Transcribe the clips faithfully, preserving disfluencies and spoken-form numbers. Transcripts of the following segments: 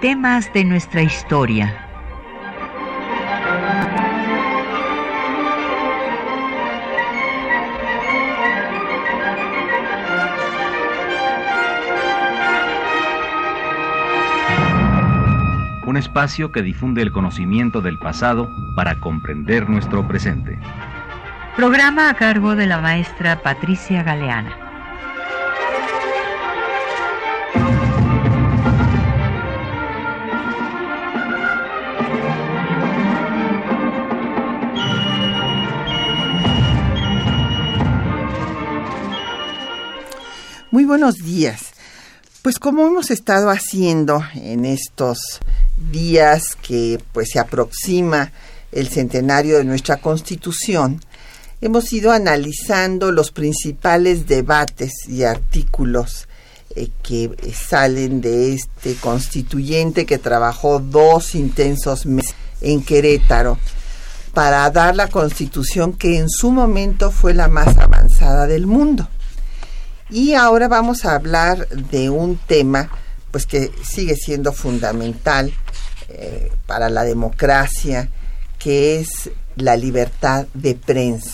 Temas de nuestra historia. Un espacio que difunde el conocimiento del pasado para comprender nuestro presente. Programa a cargo de la maestra Patricia Galeana. Muy buenos días. Pues como hemos estado haciendo en estos días que pues se aproxima el centenario de nuestra Constitución, hemos ido analizando los principales debates y artículos eh, que salen de este constituyente que trabajó dos intensos meses en Querétaro para dar la Constitución que en su momento fue la más avanzada del mundo. Y ahora vamos a hablar de un tema pues que sigue siendo fundamental eh, para la democracia, que es la libertad de prensa.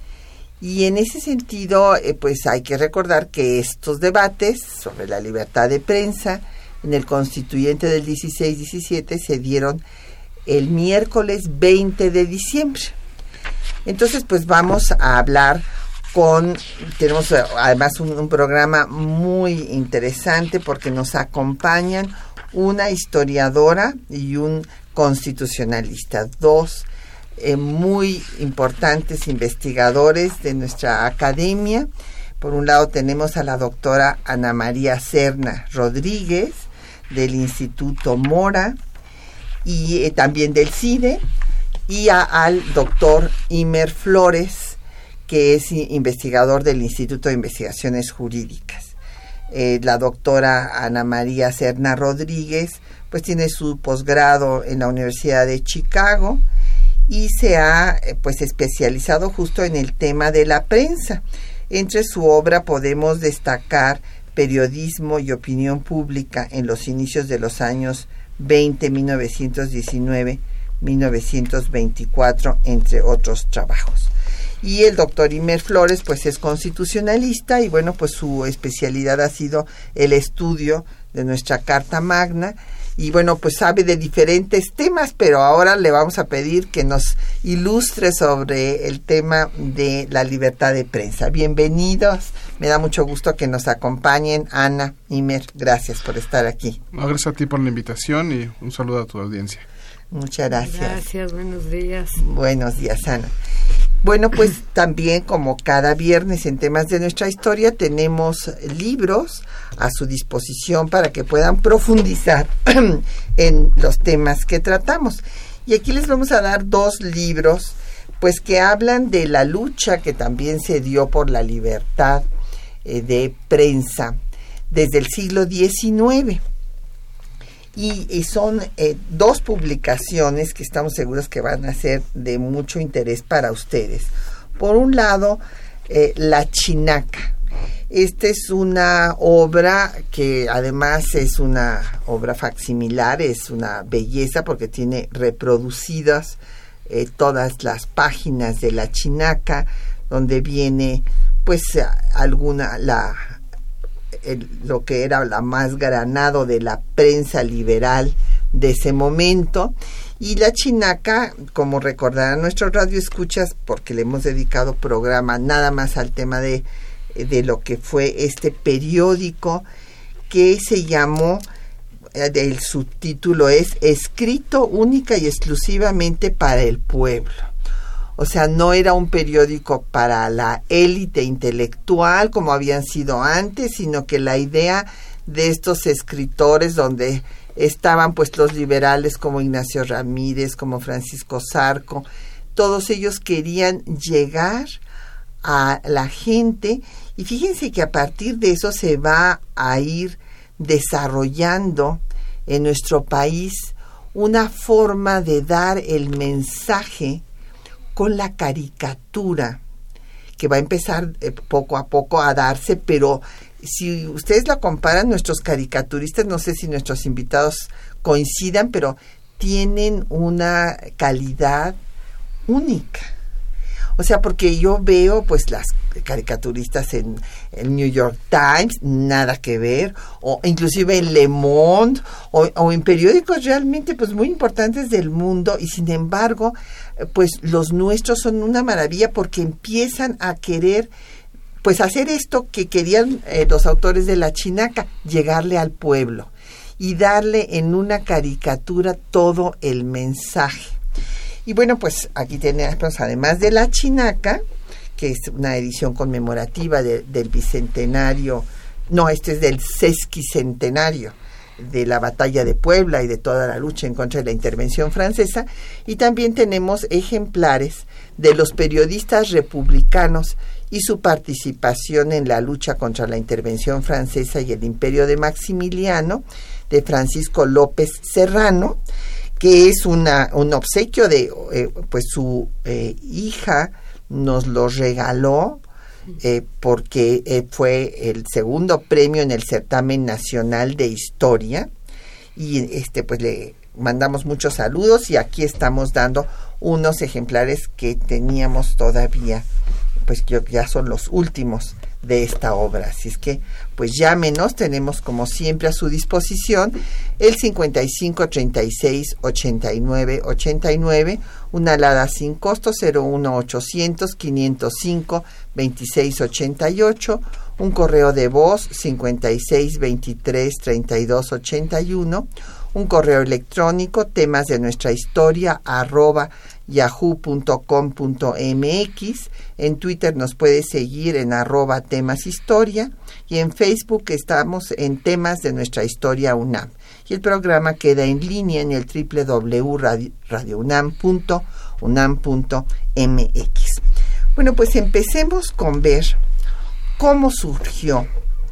Y en ese sentido, eh, pues hay que recordar que estos debates sobre la libertad de prensa en el Constituyente del dieciséis diecisiete se dieron el miércoles veinte de diciembre. Entonces, pues vamos a hablar con, tenemos además un, un programa muy interesante porque nos acompañan una historiadora y un constitucionalista, dos eh, muy importantes investigadores de nuestra academia. Por un lado tenemos a la doctora Ana María Serna Rodríguez del Instituto Mora y eh, también del CIDE, y a, al doctor Imer Flores, que es investigador del Instituto de Investigaciones Jurídicas. Eh, la doctora Ana María Serna Rodríguez pues tiene su posgrado en la Universidad de Chicago y se ha eh, pues especializado justo en el tema de la prensa. Entre su obra podemos destacar Periodismo y Opinión Pública en los inicios de los años veinte, mil novecientos diecinueve, mil novecientos veinticuatro, entre otros trabajos. Y el doctor Imer Flores pues es constitucionalista y bueno, pues su especialidad ha sido el estudio de nuestra Carta Magna y bueno, pues sabe de diferentes temas, pero ahora le vamos a pedir que nos ilustre sobre el tema de la libertad de prensa. Bienvenidos, me da mucho gusto que nos acompañen. Ana, Imer, gracias por estar aquí. No, gracias a ti por la invitación y un saludo a tu audiencia. Muchas gracias. Gracias, buenos días. Buenos días, Ana. Bueno, pues también como cada viernes en Temas de Nuestra Historia tenemos libros a su disposición para que puedan profundizar en los temas que tratamos. Y aquí les vamos a dar dos libros pues que hablan de la lucha que también se dio por la libertad eh, de prensa desde el siglo diecinueve. Y, y son eh, dos publicaciones que estamos seguros que van a ser de mucho interés para ustedes. Por un lado, eh, La Chinaca. Esta es una obra que además es una obra facsimilar, es una belleza porque tiene reproducidas eh, todas las páginas de La Chinaca, donde viene pues alguna la El, lo que era la más granado de la prensa liberal de ese momento. Y La Chinaca, como recordarán nuestros radioescuchas, porque le hemos dedicado programa nada más al tema de, de lo que fue este periódico que se llamó, el subtítulo es Escrito única y exclusivamente para el pueblo. O sea, no era un periódico para la élite intelectual como habían sido antes, sino que la idea de estos escritores donde estaban pues los liberales como Ignacio Ramírez, como Francisco Zarco, todos ellos querían llegar a la gente y fíjense que a partir de eso se va a ir desarrollando en nuestro país una forma de dar el mensaje con la caricatura, que va a empezar eh, poco a poco a darse, pero si ustedes la comparan, nuestros caricaturistas, no sé si nuestros invitados coincidan, pero tienen una calidad única. O sea, porque yo veo pues las caricaturistas en el New York Times, nada que ver, o inclusive en Le Monde, o, o en periódicos realmente pues muy importantes del mundo, y sin embargo, pues los nuestros son una maravilla porque empiezan a querer pues hacer esto que querían eh, los autores de La Chinaca, llegarle al pueblo y darle en una caricatura todo el mensaje. Y bueno, pues aquí tenemos, además de La Chinaca, que es una edición conmemorativa de, del bicentenario, no, este es del sesquicentenario de la batalla de Puebla y de toda la lucha en contra de la intervención francesa, y también tenemos ejemplares de los periodistas republicanos y su participación en la lucha contra la intervención francesa y el imperio de Maximiliano, de Francisco López Serrano, que es una un obsequio de eh, pues su eh, hija nos lo regaló eh, porque eh, fue el segundo premio en el certamen nacional de historia, y este pues le mandamos muchos saludos, y aquí estamos dando unos ejemplares que teníamos todavía, pues que ya son los últimos de esta obra. Así es que pues llámenos, tenemos como siempre a su disposición el cincuenta y cinco treinta y seis ochenta y nueve ochenta y nueve, una alada sin costo cero uno ochocientos quinientos cinco veintiséis ochenta y ocho, un correo de voz cincuenta y seis veintitrés treinta y dos ochenta y uno, un correo electrónico temas de nuestra historia arroba yahoo punto com punto mx. En Twitter nos puede seguir en arroba temas historia, y en Facebook estamos en temas de nuestra historia UNAM, y el programa queda en línea en el doble u doble u doble u punto radio unam punto unam punto mx. Bueno, pues empecemos con ver cómo surgió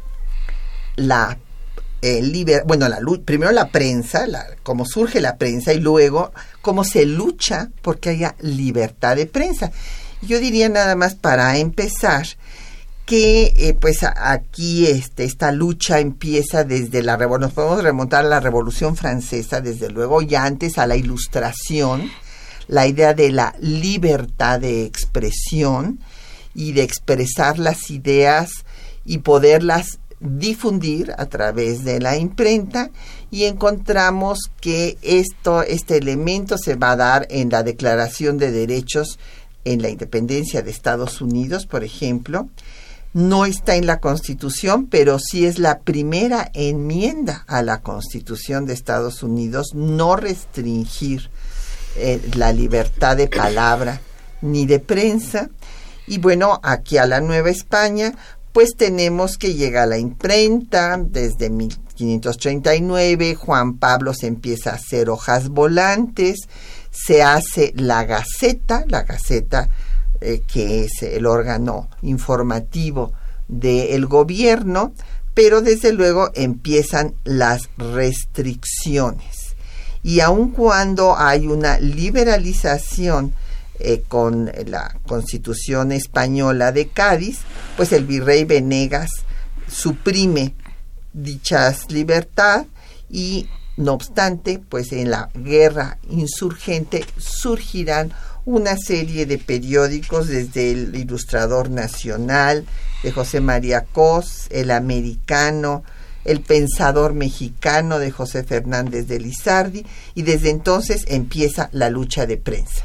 la Eh, liber, bueno, la, primero la prensa, la, cómo surge la prensa, y luego cómo se lucha porque haya libertad de prensa. Yo diría nada más para empezar que eh, pues aquí este, esta lucha empieza desde la revolución, nos podemos remontar a la Revolución Francesa, desde luego, y antes a la Ilustración, la idea de la libertad de expresión y de expresar las ideas y poderlas difundir a través de la imprenta, y encontramos que esto, este elemento se va a dar en la Declaración de Derechos en la Independencia de Estados Unidos, por ejemplo. No está en la Constitución, pero sí es la primera enmienda a la Constitución de Estados Unidos, no restringir eh, la libertad de palabra ni de prensa. Y bueno, aquí a la Nueva España pues tenemos que llega la imprenta desde mil quinientos treinta y nueve, Juan Pablo se empieza a hacer hojas volantes, se hace la Gaceta, la Gaceta eh, que es el órgano informativo del gobierno, pero desde luego empiezan las restricciones. Y aun cuando hay una liberalización Eh, con la Constitución española de Cádiz, pues el virrey Venegas suprime dichas libertades, y no obstante, pues en la guerra insurgente surgirán una serie de periódicos, desde el Ilustrador Nacional de José María Cos, El Americano, El Pensador Mexicano de José Fernández de Lizardi, y desde entonces empieza la lucha de prensa.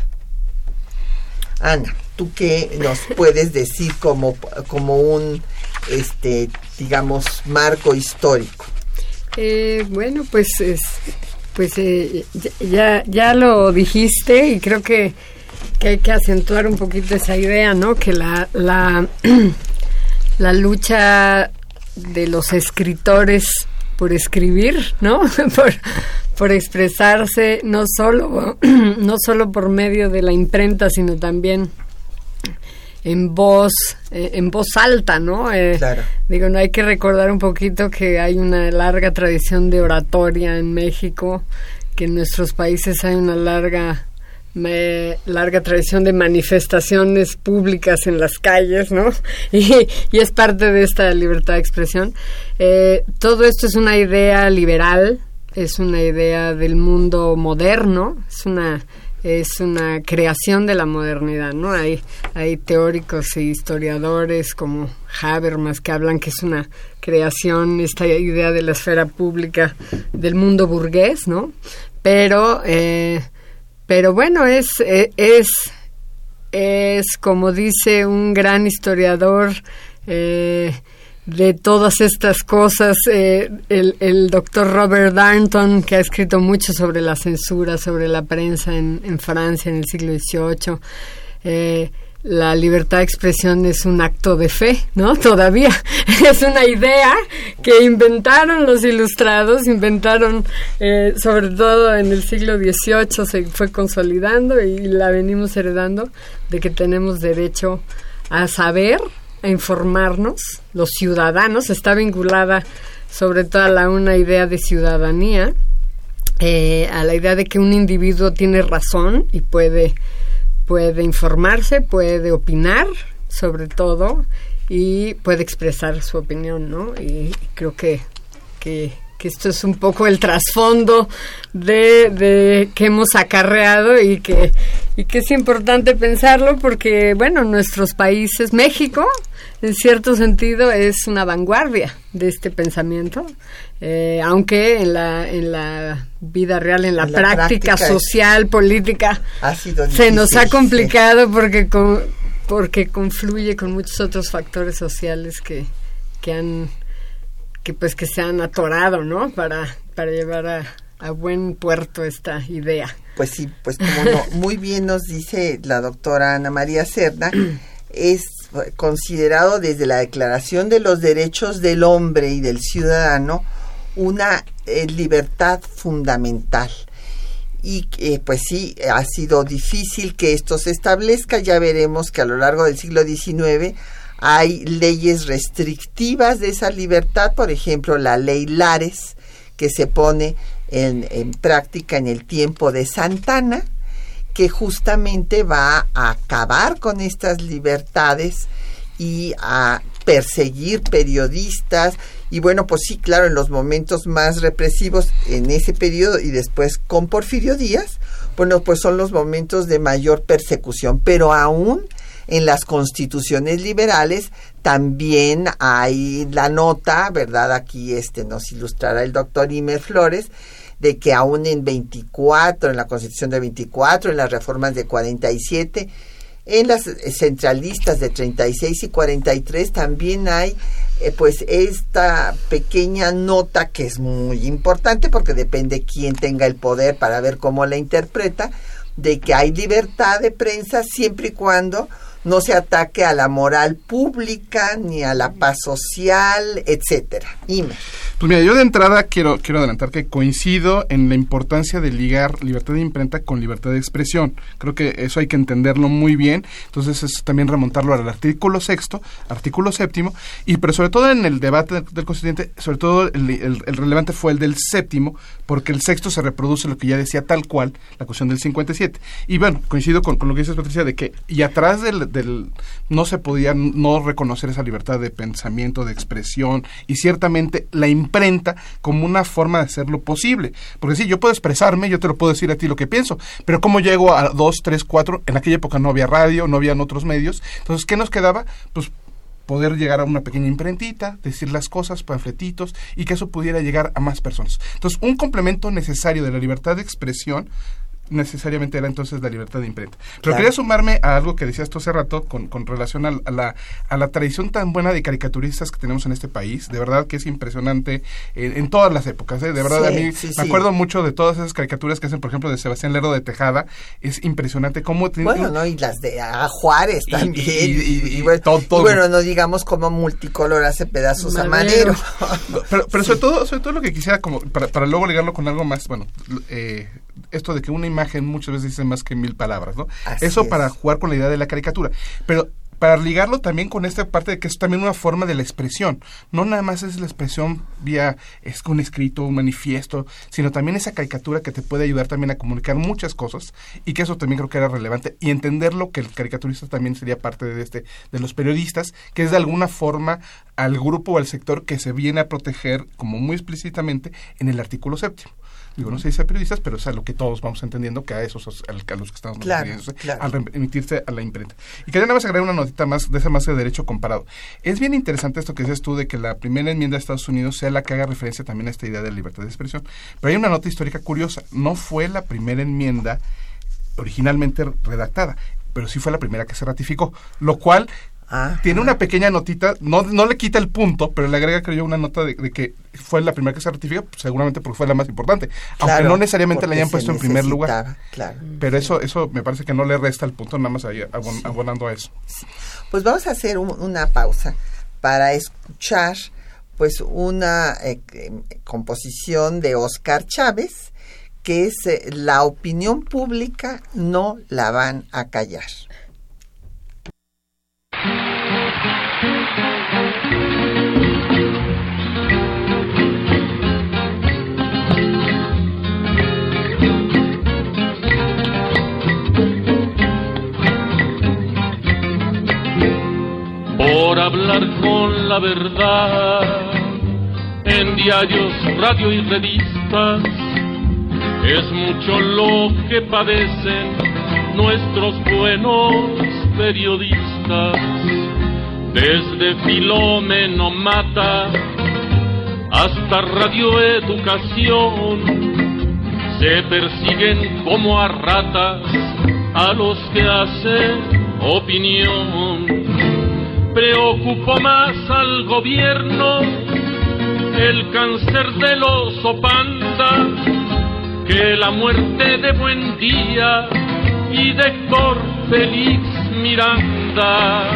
Ana, ¿tú qué nos puedes decir como, como un, este, digamos, marco histórico? Eh, bueno, pues, es, pues eh, ya, ya lo dijiste, y creo que, que hay que acentuar un poquito esa idea, ¿no? Que la, la, la lucha de los escritores por escribir, ¿no? por, por expresarse, no solo, no solo por medio de la imprenta, sino también en voz, eh, en voz alta, ¿no? Eh, claro. Digo, no hay que recordar un poquito que hay una larga tradición de oratoria en México, que en nuestros países hay una larga me, larga tradición de manifestaciones públicas en las calles, ¿no? Y, y es parte de esta libertad de expresión. Eh, todo esto es una idea liberal, es una idea del mundo moderno, es una es una creación de la modernidad, ¿no? Hay hay teóricos e historiadores como Habermas que hablan que es una creación, esta idea de la esfera pública del mundo burgués, ¿no? Pero eh, pero bueno, es es es como dice un gran historiador eh, de todas estas cosas, eh, el, el doctor Robert Darnton, que ha escrito mucho sobre la censura, sobre la prensa en, en Francia en el siglo dieciocho, eh, la libertad de expresión es un acto de fe, ¿no? Todavía es una idea que inventaron los ilustrados, inventaron eh, sobre todo en el siglo dieciocho, se fue consolidando y la venimos heredando, de que tenemos derecho a saber, a informarnos, los ciudadanos. Está vinculada sobre todo a la, una idea de ciudadanía, eh, a la idea de que un individuo tiene razón y puede, puede informarse, puede opinar sobre todo y puede expresar su opinión, ¿no? Y creo que, que, que esto es un poco el trasfondo de, de que hemos acarreado y que, y que es importante pensarlo porque, bueno, nuestros países, México, en cierto sentido es una vanguardia de este pensamiento, eh, aunque en la en la vida real, en la, en la práctica, práctica social, es, política, ha sido difícil, se nos ha complicado sí. porque con, porque confluye con muchos otros factores sociales que que han que pues que se han atorado, ¿no? Para para llevar a, a buen puerto esta idea. Pues sí, pues como no, muy bien nos dice la doctora Ana María Cerda, es considerado desde la Declaración de los Derechos del Hombre y del Ciudadano una eh, libertad fundamental. Y eh, pues sí, ha sido difícil que esto se establezca. Ya veremos que a lo largo del siglo diecinueve hay leyes restrictivas de esa libertad, por ejemplo, la ley Lares, que se pone en, en práctica en el tiempo de Santana, que justamente va a acabar con estas libertades y a perseguir periodistas. Y bueno, pues sí, claro, en los momentos más represivos en ese periodo y después con Porfirio Díaz, bueno, pues son los momentos de mayor persecución. Pero aún en las constituciones liberales también hay la nota, ¿verdad? Aquí este nos ilustrará el doctor Imer Flores, de que aún en veinticuatro, en la Constitución de veinticuatro, en las reformas de cuarenta y siete, en las centralistas de treinta y seis y cuarenta y tres también hay eh, pues esta pequeña nota que es muy importante porque depende quién tenga el poder para ver cómo la interpreta, de que hay libertad de prensa siempre y cuando no se ataque a la moral pública ni a la paz social, etcétera. Ime. Pues mira, yo de entrada quiero quiero adelantar que coincido en la importancia de ligar libertad de imprenta con libertad de expresión. Creo que eso hay que entenderlo muy bien. Entonces es también remontarlo al artículo sexto, artículo séptimo, y pero sobre todo en el debate del, del constituyente, sobre todo el, el, el relevante fue el del séptimo, porque el sexto se reproduce lo que ya decía tal cual la cuestión del cincuenta y siete. Y bueno, coincido con, con lo que dices, Patricia, de que y atrás del Del, no se podía no reconocer esa libertad de pensamiento, de expresión y ciertamente la imprenta como una forma de hacerlo posible, porque sí, yo puedo expresarme, yo te lo puedo decir a ti lo que pienso, pero ¿cómo llego a dos, tres, cuatro? En aquella época no había radio, no habían otros medios, entonces ¿qué nos quedaba? Pues poder llegar a una pequeña imprentita, decir las cosas, panfletitos, y que eso pudiera llegar a más personas. Entonces, un complemento necesario de la libertad de expresión necesariamente era entonces la libertad de imprenta. Pero claro, quería sumarme a algo que decías tú hace rato con, con relación a, a, la, a la tradición tan buena de caricaturistas que tenemos en este país. De verdad que es impresionante en, en todas las épocas, ¿eh? De verdad, sí, a mí sí, me sí. acuerdo mucho de todas esas caricaturas que hacen, por ejemplo, de Sebastián Lerdo de Tejada. Es impresionante cómo... Bueno, ¿no? Y las de a Juárez también. Y, y, y, y, y, bueno, todo, todo. y bueno, no digamos cómo Multicolor hace pedazos a Madero. Pero, pero sí. sobre todo sobre todo lo que quisiera, como para, para luego ligarlo con algo más, bueno, eh, esto de que una imagen muchas veces dice más que mil palabras, ¿no? Así Eso es. Para jugar con la idea de la caricatura. Pero para ligarlo también con esta parte de que es también una forma de la expresión. No nada más es la expresión vía es un escrito, un manifiesto, sino también esa caricatura que te puede ayudar también a comunicar muchas cosas, y que eso también creo que era relevante, y entenderlo que el caricaturista también sería parte de este de los periodistas, que es de alguna forma al grupo o al sector que se viene a proteger, como muy explícitamente en el artículo séptimo. Digo, no se dice periodistas, pero es a lo que todos vamos entendiendo, que a esos, a los que estamos claro, refiriéndose, claro. al remitirse a la imprenta. Y quería nada más agregar una notita más de esa más de derecho comparado. Es bien interesante esto que dices tú, de que la primera enmienda de Estados Unidos sea la que haga referencia también a esta idea de libertad de expresión. Pero hay una nota histórica curiosa. No fue la primera enmienda originalmente redactada, pero sí fue la primera que se ratificó, lo cual... Ajá. Tiene una pequeña notita, no, no le quita el punto, pero le agrega, creo yo, una nota de, de que fue la primera que se ratifica, pues, seguramente porque fue la más importante, claro, aunque no necesariamente la hayan puesto en primer lugar. Claro. Pero eso eso me parece que no le resta el punto, nada más ahí abon, abonando a eso. Pues vamos a hacer un, una pausa para escuchar pues una eh, composición de Óscar Chávez, que es eh, La opinión pública no la van a callar. Por hablar con la verdad en diarios, radio y revistas, es mucho lo que padecen nuestros buenos periodistas. Desde Filómeno Mata hasta Radio Educación, se persiguen como a ratas a los que hacen opinión. Preocupó más al gobierno el cáncer del oso panda que la muerte de Buendía y de Héctor Félix Miranda.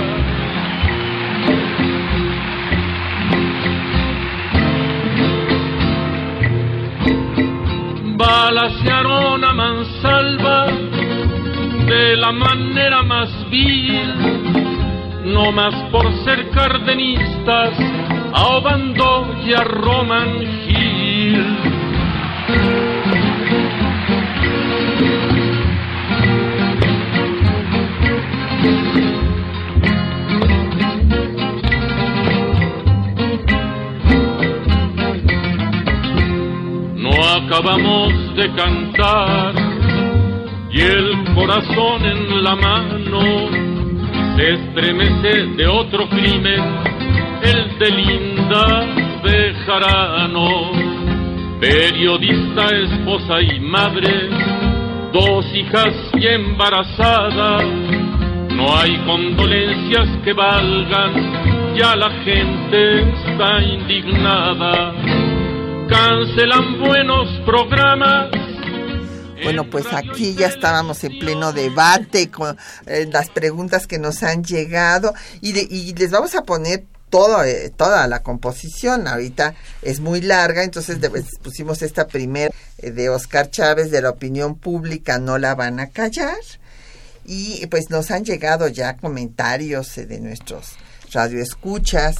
Balacearon a mansalva de la manera más vil, no más por ser cardenistas, a Obando y a Roman Gil. No acabamos de cantar y el corazón en la mano se estremece de otro crimen, el de Linda Bejarano. Periodista, esposa y madre, dos hijas y embarazada. No hay condolencias que valgan, ya la gente está indignada. Cancelan buenos programas. Bueno, pues aquí ya estábamos en pleno debate con eh, las preguntas que nos han llegado y, de, y les vamos a poner todo, eh, toda la composición. Ahorita es muy larga, entonces de, pusimos esta primera eh, de Óscar Chávez, de La opinión pública no la van a callar, y pues nos han llegado ya comentarios eh, de nuestros radioescuchas.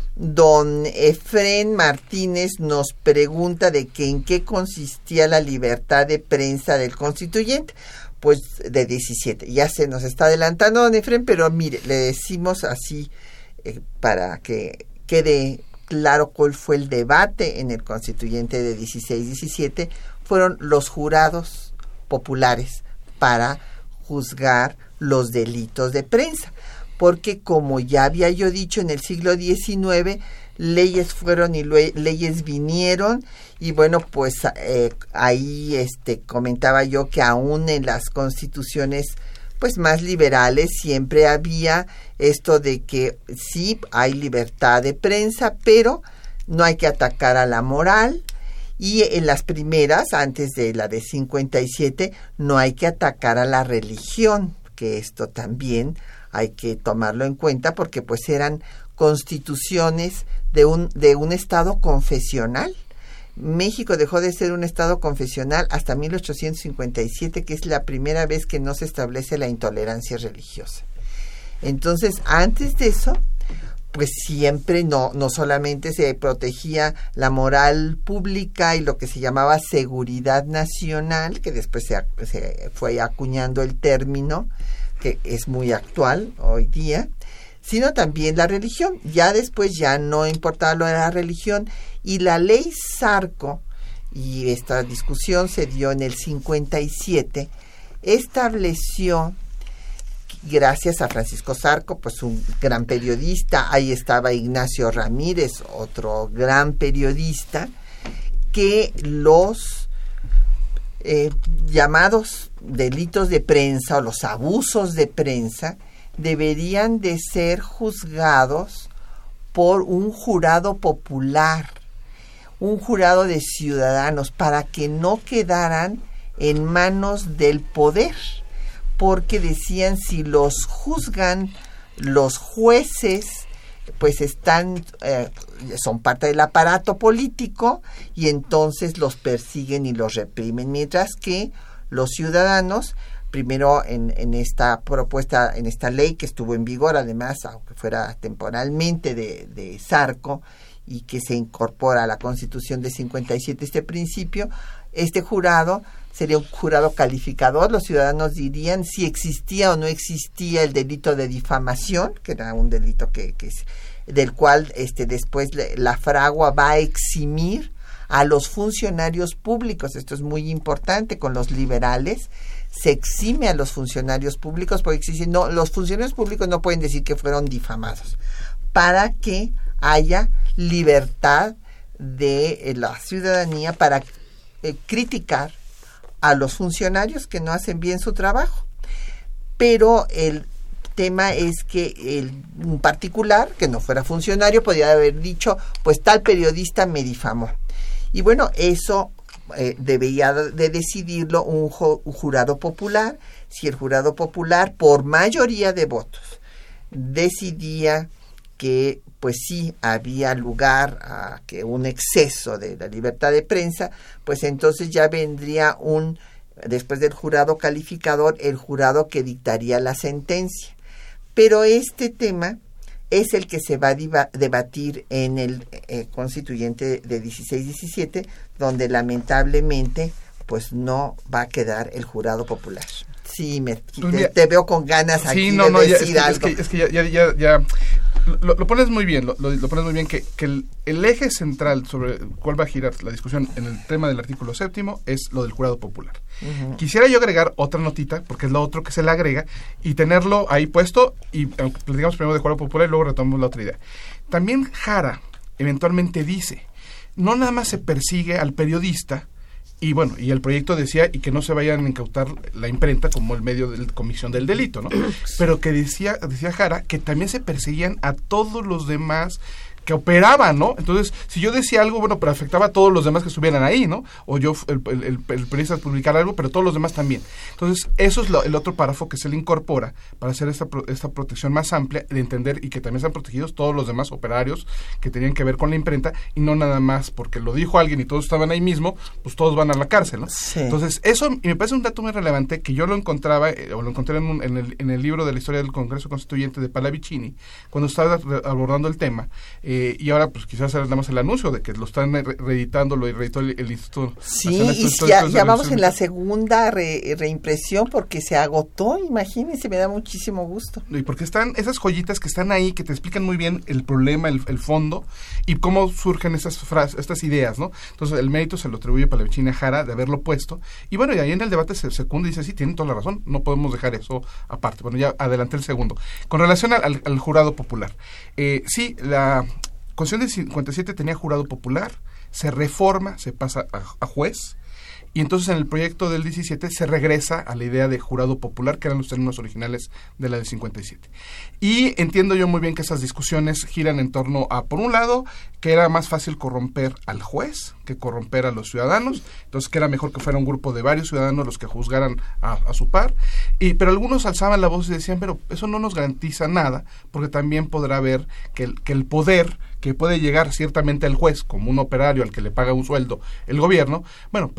Don Efrén Martínez nos pregunta de que en qué consistía la libertad de prensa del constituyente. Pues de diecisiete. Ya se nos está adelantando, don Efrén, pero mire, le decimos así eh, para que quede claro cuál fue el debate en el constituyente de dieciséis diecisiete. Fueron los jurados populares para juzgar los delitos de prensa. Porque como ya había yo dicho, en el siglo diecinueve leyes fueron y lue- leyes vinieron, y bueno, pues eh, ahí este comentaba yo que aún en las constituciones pues más liberales siempre había esto de que sí hay libertad de prensa, pero no hay que atacar a la moral, y en las primeras, antes de la de cincuenta y siete, no hay que atacar a la religión, que esto también hay que tomarlo en cuenta porque pues eran constituciones de un de un estado confesional. México dejó de ser un estado confesional hasta mil ochocientos cincuenta y siete, que es la primera vez que no se establece la intolerancia religiosa. Entonces, antes de eso, pues siempre no, no solamente se protegía la moral pública y lo que se llamaba seguridad nacional, que después se, se fue acuñando el término, que es muy actual hoy día, sino también la religión. Ya después ya no importaba lo de la religión, y la ley Zarco, y esta discusión se dio en el cincuenta y siete, estableció, gracias a Francisco Zarco, pues un gran periodista, ahí estaba Ignacio Ramírez, otro gran periodista, que los eh, llamados delitos de prensa o los abusos de prensa deberían de ser juzgados por un jurado popular, un jurado de ciudadanos, para que no quedaran en manos del poder, porque decían, si los juzgan los jueces, pues están eh, son parte del aparato político, y entonces los persiguen y los reprimen, mientras que los ciudadanos, primero en, en esta propuesta, en esta ley que estuvo en vigor, además, aunque fuera temporalmente de, de Zarco, y que se incorpora a la Constitución de cincuenta y siete este principio, este jurado sería un jurado calificador. Los ciudadanos dirían si existía o no existía el delito de difamación, que era un delito que, que es, del cual este después la fragua va a eximir a los funcionarios públicos. Esto es muy importante. Con los liberales se exime a los funcionarios públicos, porque existen, no, los funcionarios públicos no pueden decir que fueron difamados, para que haya libertad de eh, la ciudadanía para eh, criticar a los funcionarios que no hacen bien su trabajo. Pero el tema es que el, un particular que no fuera funcionario podría haber dicho, pues tal periodista me difamó. Y bueno, eso eh, debía de decidirlo un, jo, un jurado popular. Si el jurado popular, por mayoría de votos, decidía que pues sí había lugar a que un exceso de la libertad de prensa, pues entonces ya vendría un, después del jurado calificador, el jurado que dictaría la sentencia. Pero este tema es el que se va a diva, debatir en el eh, constituyente de dieciséis diecisiete, donde lamentablemente pues no va a quedar el jurado popular. Sí, me, pues te, te veo con ganas aquí sí, no, de no, decir ya, es algo. Que, es que, es que ya, ya, ya, ya lo, lo pones muy bien, lo, lo, lo pones muy bien, que, que el, el eje central sobre el cual va a girar la discusión en el tema del artículo séptimo es lo del jurado popular. Uh-huh. Quisiera yo agregar otra notita, porque es lo otro que se le agrega, y tenerlo ahí puesto, y platicamos primero de jurado popular y luego retomamos la otra idea. También Jara eventualmente dice, no nada más se persigue al periodista, y bueno, y el proyecto decía, y que no se vayan a incautar la imprenta como el medio de comisión del delito, ¿no? Pero que decía, decía Jara, que también se perseguían a todos los demás que operaban, ¿no? Entonces, si yo decía algo, bueno, pero afectaba a todos los demás que estuvieran ahí, ¿no? O yo, el, el, el, el periodista publicar algo, pero todos los demás también. Entonces, eso es lo, el otro párrafo que se le incorpora para hacer esta, esta protección más amplia, de entender y que también están protegidos todos los demás operarios que tenían que ver con la imprenta, y no nada más porque lo dijo alguien y todos estaban ahí mismo, pues todos van a la cárcel, ¿no? Sí. Entonces, eso, y me parece un dato muy relevante, que yo lo encontraba, eh, o lo encontré en, un, en, el, en el libro de la historia del Congreso Constituyente de Pallavicini, cuando estaba re- abordando el tema, eh, y ahora pues quizás damos el anuncio de que lo están re- reeditando, lo reeditó el, el Instituto. Sí, y si ya, ya vamos en la segunda re- reimpresión porque se agotó, imagínense, me da muchísimo gusto. Y porque están esas joyitas que están ahí, que te explican muy bien el problema, el, el fondo, y cómo surgen esas frases, estas ideas, ¿no? Entonces el mérito se lo atribuye Pallavicini a Jara de haberlo puesto, y bueno, y ahí en el debate se secunda y dice, sí, tienen toda la razón, no podemos dejar eso aparte. Bueno, ya adelanté el segundo. Con relación al, al, al jurado popular, eh, sí, la Constitución del cincuenta y siete tenía jurado popular, se reforma, se pasa a, a juez, y entonces en el proyecto del diecisiete se regresa a la idea de jurado popular, que eran los términos originales de la del cincuenta y siete. Y entiendo yo muy bien que esas discusiones giran en torno a, por un lado, que era más fácil corromper al juez que corromper a los ciudadanos, entonces que era mejor que fuera un grupo de varios ciudadanos los que juzgaran a, a su par, y pero algunos alzaban la voz y decían, pero eso no nos garantiza nada, porque también podrá ver que el, que el poder que puede llegar ciertamente al juez como un operario al que le paga un sueldo el gobierno, bueno, pero nada nos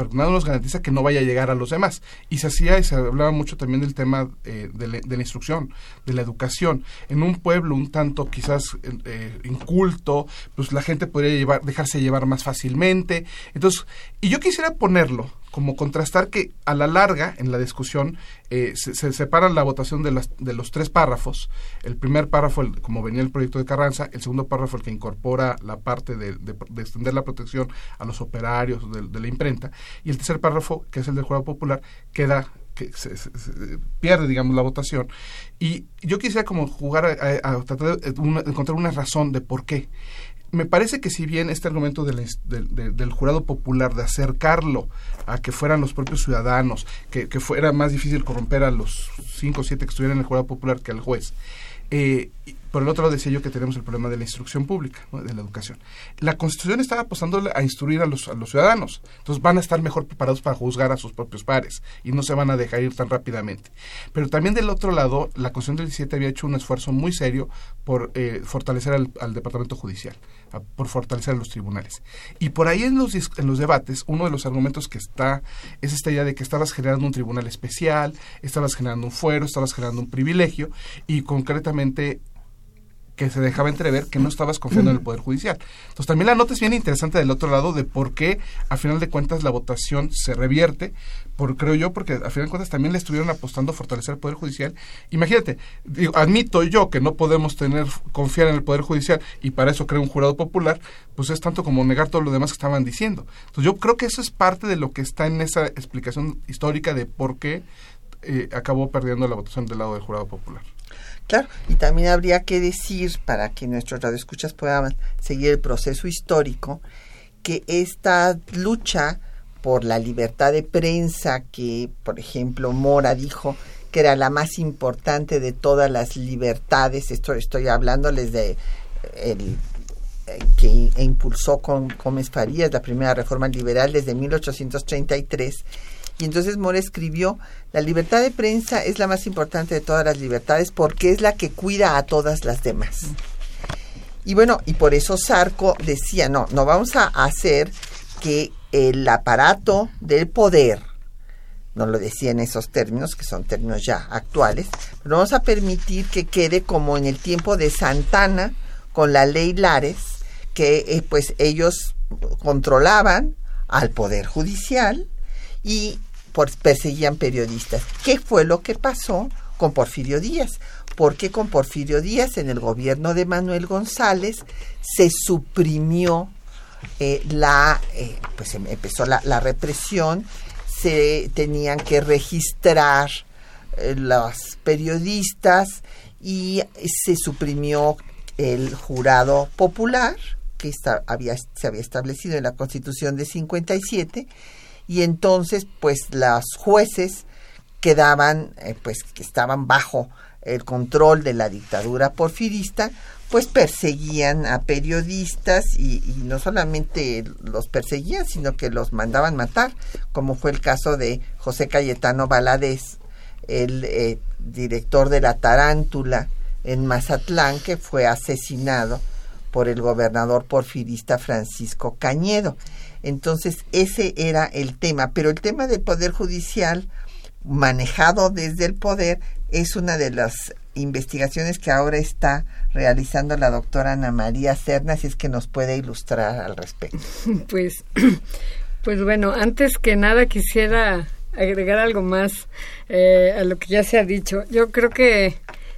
nos garantiza que no vaya a llegar a los demás. Y se hacía y se hablaba mucho también del tema eh, de, la, de la instrucción, de la educación. En un pueblo un tanto quizás eh, inculto, pues la gente podría llevar, dejarse llevar más fácilmente. Entonces, y yo quisiera ponerlo como contrastar que a la larga en la discusión eh, se, se separa la votación de, las, de los tres párrafos. El primer párrafo, el, como venía el proyecto de Carranza, el segundo párrafo el que incorpora la parte de, de, de extender la protección a los operarios de, de la imprenta, y el tercer párrafo, que es el del jurado popular, queda que se, se, se pierde, digamos, la votación. Y yo quisiera como jugar a, a, a tratar de, una, de encontrar una razón de por qué. Me parece que si bien este argumento del, del, del, del jurado popular, de acercarlo a que fueran los propios ciudadanos, que, que fuera más difícil corromper a los cinco o siete que estuvieran en el jurado popular que al juez, eh, por el otro lado decía yo que tenemos el problema de la instrucción pública, ¿no? De la educación. La Constitución está apostando a instruir a los, a los ciudadanos, entonces van a estar mejor preparados para juzgar a sus propios pares y no se van a dejar ir tan rápidamente. Pero también del otro lado, la Constitución del diecisiete había hecho un esfuerzo muy serio por eh, fortalecer al, al Departamento Judicial, a, por fortalecer a los tribunales. Y por ahí en los, en los debates, uno de los argumentos que está es esta idea de que estabas generando un tribunal especial, estabas generando un fuero, estabas generando un privilegio, y concretamente que se dejaba entrever que no estabas confiando en el Poder Judicial. Entonces también la nota es bien interesante del otro lado de por qué a final de cuentas la votación se revierte, por creo yo, porque a final de cuentas también le estuvieron apostando a fortalecer el Poder Judicial. Imagínate, digo, admito yo que no podemos tener confiar en el Poder Judicial y para eso creo un jurado popular, pues es tanto como negar todo lo demás que estaban diciendo. Entonces yo creo que eso es parte de lo que está en esa explicación histórica de por qué eh, acabó perdiendo la votación del lado del jurado popular. Claro, y también habría que decir, para que nuestros radioescuchas puedan seguir el proceso histórico, que esta lucha por la libertad de prensa, que por ejemplo Mora dijo que era la más importante de todas las libertades, esto estoy hablándoles de el que impulsó con Gómez Farías la primera reforma liberal desde mil ochocientos treinta y tres. Y entonces Mora escribió, la libertad de prensa es la más importante de todas las libertades porque es la que cuida a todas las demás. Y bueno, y por eso Zarco decía, no, no vamos a hacer que el aparato del poder, no lo decía en esos términos, que son términos ya actuales, pero vamos a permitir que quede como en el tiempo de Santana, con la ley Lares, que eh, pues ellos controlaban al Poder Judicial y por, perseguían periodistas. ¿Qué fue lo que pasó con Porfirio Díaz? Porque con Porfirio Díaz, en el gobierno de Manuel González, se suprimió eh, la, eh, pues empezó la, la represión, se tenían que registrar eh, los periodistas y se suprimió el jurado popular que está, había, se había establecido en la Constitución de cincuenta y siete, y entonces pues los jueces quedaban, eh, pues que estaban bajo el control de la dictadura porfirista, pues perseguían a periodistas y, y no solamente los perseguían, sino que los mandaban matar, como fue el caso de José Cayetano Valadez, el eh, director de La Tarántula en Mazatlán, que fue asesinado por el gobernador porfirista Francisco Cañedo. Entonces ese era el tema, pero el tema del Poder Judicial manejado desde el poder es una de las investigaciones que ahora está realizando la doctora Ana María Serna, si es que nos puede ilustrar al respecto. Pues, pues bueno, antes que nada quisiera agregar algo más eh, a lo que ya se ha dicho. Yo creo que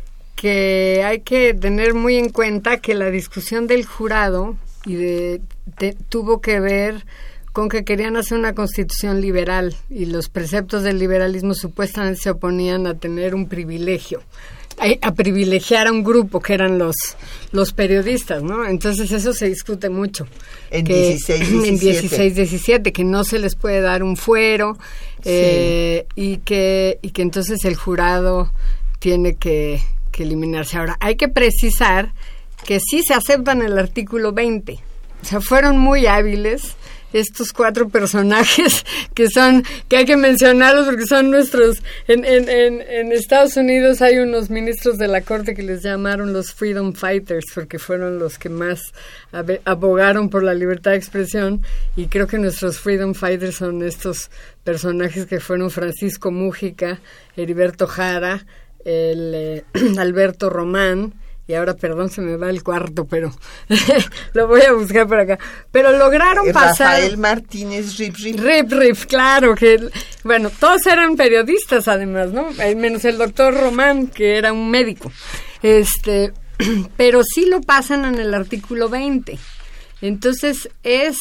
que hay que tener muy en cuenta que la discusión del jurado y de, de, tuvo que ver con que querían hacer una constitución liberal y los preceptos del liberalismo supuestamente se oponían a tener un privilegio, a, a privilegiar a un grupo que eran los los periodistas, ¿no? Entonces eso se discute mucho. En que, dieciséis diecisiete. En dieciséis diecisiete, que no se les puede dar un fuero, sí. eh, y que y que entonces el jurado tiene que, que eliminarse. Ahora, hay que precisar que sí se acepta en el artículo veinte, O sea, fueron muy hábiles estos cuatro personajes que son, que hay que mencionarlos porque son nuestros, en, en, en, en Estados Unidos hay unos ministros de la corte que les llamaron los Freedom Fighters porque fueron los que más abogaron por la libertad de expresión, y creo que nuestros Freedom Fighters son estos personajes que fueron Francisco Mújica, Heriberto Jara, el eh, Alberto Román, y ahora, perdón, se me va el cuarto, pero lo voy a buscar por acá. Pero lograron Rafael pasar... Rafael Martínez Rip Rip. Rip Rip, claro, que... Bueno, todos eran periodistas, además, ¿no? Menos el doctor Román, que era un médico. Este, pero sí lo pasan en el artículo veinte. Entonces, es...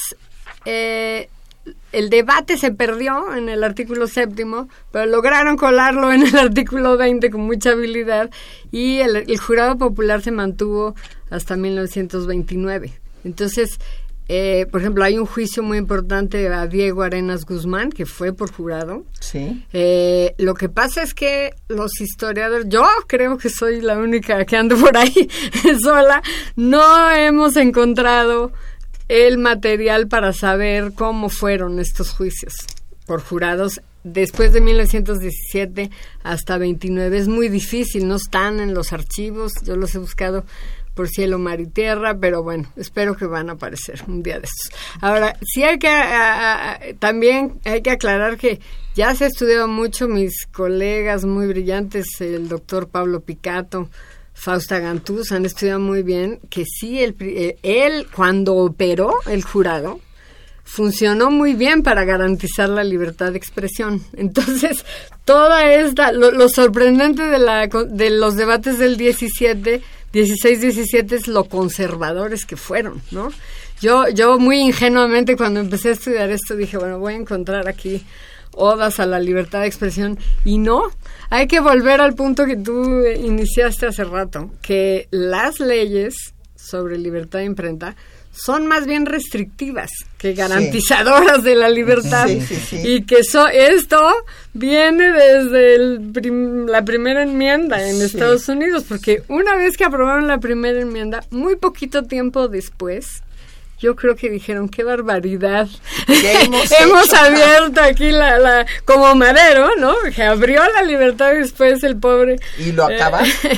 Eh, el debate se perdió en el artículo séptimo, pero lograron colarlo en el artículo veinte con mucha habilidad, y el, el jurado popular se mantuvo hasta mil novecientos veintinueve. Entonces, eh, por ejemplo, hay un juicio muy importante a Diego Arenas Guzmán, que fue por jurado. Sí. Eh, lo que pasa es que los historiadores, yo creo que soy la única que ando por ahí sola, no hemos encontrado el material para saber cómo fueron estos juicios por jurados después de mil novecientos diecisiete hasta veintinueve. Es muy difícil, no están en los archivos, yo los he buscado por cielo, mar y tierra, pero bueno, espero que van a aparecer un día de estos. Ahora, sí hay que, a, a, también hay que aclarar que ya se ha estudiado mucho, mis colegas muy brillantes, el doctor Pablo Picato, Fausta Gantús, han estudiado muy bien que sí, él, él cuando operó el jurado, funcionó muy bien para garantizar la libertad de expresión. Entonces, toda esta, lo, lo sorprendente de, la, de los debates del diecisiete, dieciséis diecisiete es lo conservadores que fueron, ¿no? Yo, yo muy ingenuamente cuando empecé a estudiar esto dije, bueno, voy a encontrar aquí odas a la libertad de expresión, y no, hay que volver al punto que tú iniciaste hace rato, que las leyes sobre libertad de imprenta son más bien restrictivas que garantizadoras sí. de la libertad, sí, sí, sí. y que so, esto viene desde el prim, la primera enmienda en sí. Estados Unidos, porque una vez que aprobaron la primera enmienda, muy poquito tiempo después, yo creo que dijeron, qué barbaridad. Hemos, hemos abierto aquí la, la, como Madero, ¿no? Que abrió la libertad y después el pobre. Y lo acaba. Eh,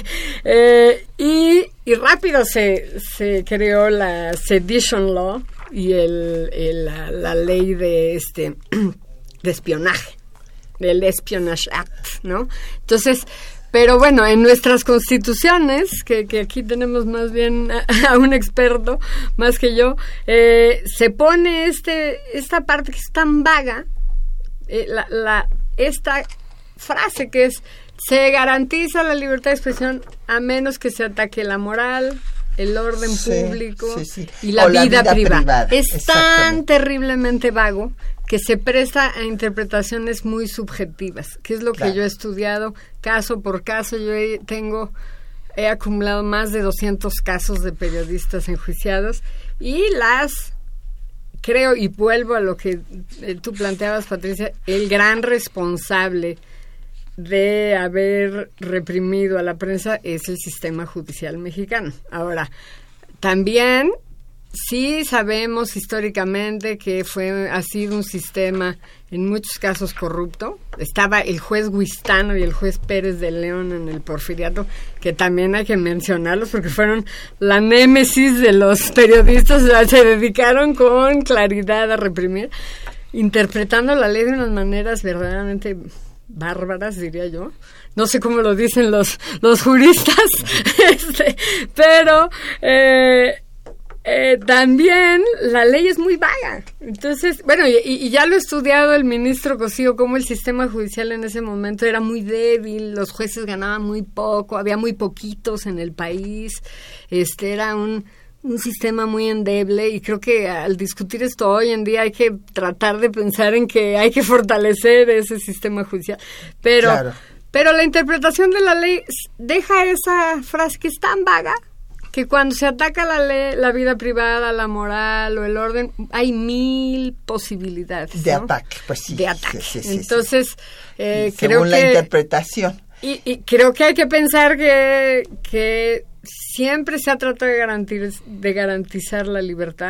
eh, y, y rápido se, se creó la Sedition Law y el, el, la, la ley de, este, de espionaje, del Espionage Act, ¿no? Entonces, pero bueno, en nuestras constituciones, que, que aquí tenemos más bien a, a un experto, más que yo, eh, se pone este esta parte que es tan vaga, eh, la, la esta frase que es, se garantiza la libertad de expresión a menos que se ataque la moral, el orden sí, público sí, sí. y la, vida, la vida privada. privada. Es tan terriblemente vago que se presta a interpretaciones muy subjetivas, que es lo claro. que yo he estudiado caso por caso. Yo he, tengo, he acumulado más de doscientos casos de periodistas enjuiciados, y las, creo, y vuelvo a lo que eh, tú planteabas, Patricia, el gran responsable de haber reprimido a la prensa es el sistema judicial mexicano. Ahora, también sí sabemos históricamente que fue ha sido un sistema en muchos casos corrupto. Estaba el juez Guistano y el juez Pérez de León en el Porfiriato, que también hay que mencionarlos porque fueron la némesis de los periodistas. O sea, se dedicaron con claridad a reprimir, interpretando la ley de unas maneras verdaderamente bárbaras, diría yo. No sé cómo lo dicen los, los juristas, este, pero... Eh, Eh, también la ley es muy vaga. Entonces, bueno, y, y ya lo ha estudiado el ministro Cosío, cómo el sistema judicial en ese momento era muy débil, los jueces ganaban muy poco, había muy poquitos en el país, este era un, un sistema muy endeble, y creo que al discutir esto hoy en día hay que tratar de pensar en que hay que fortalecer ese sistema judicial. Pero, claro. pero la interpretación de la ley deja esa frase que es tan vaga, que cuando se ataca la ley, la vida privada, la moral o el orden, hay mil posibilidades de ¿no? ataque, pues sí. De ataque. Sí, sí, sí, Entonces, sí. Eh, según creo que... la interpretación. Y, y creo que hay que pensar que, que siempre se ha tratado de garantizar, de garantizar la libertad,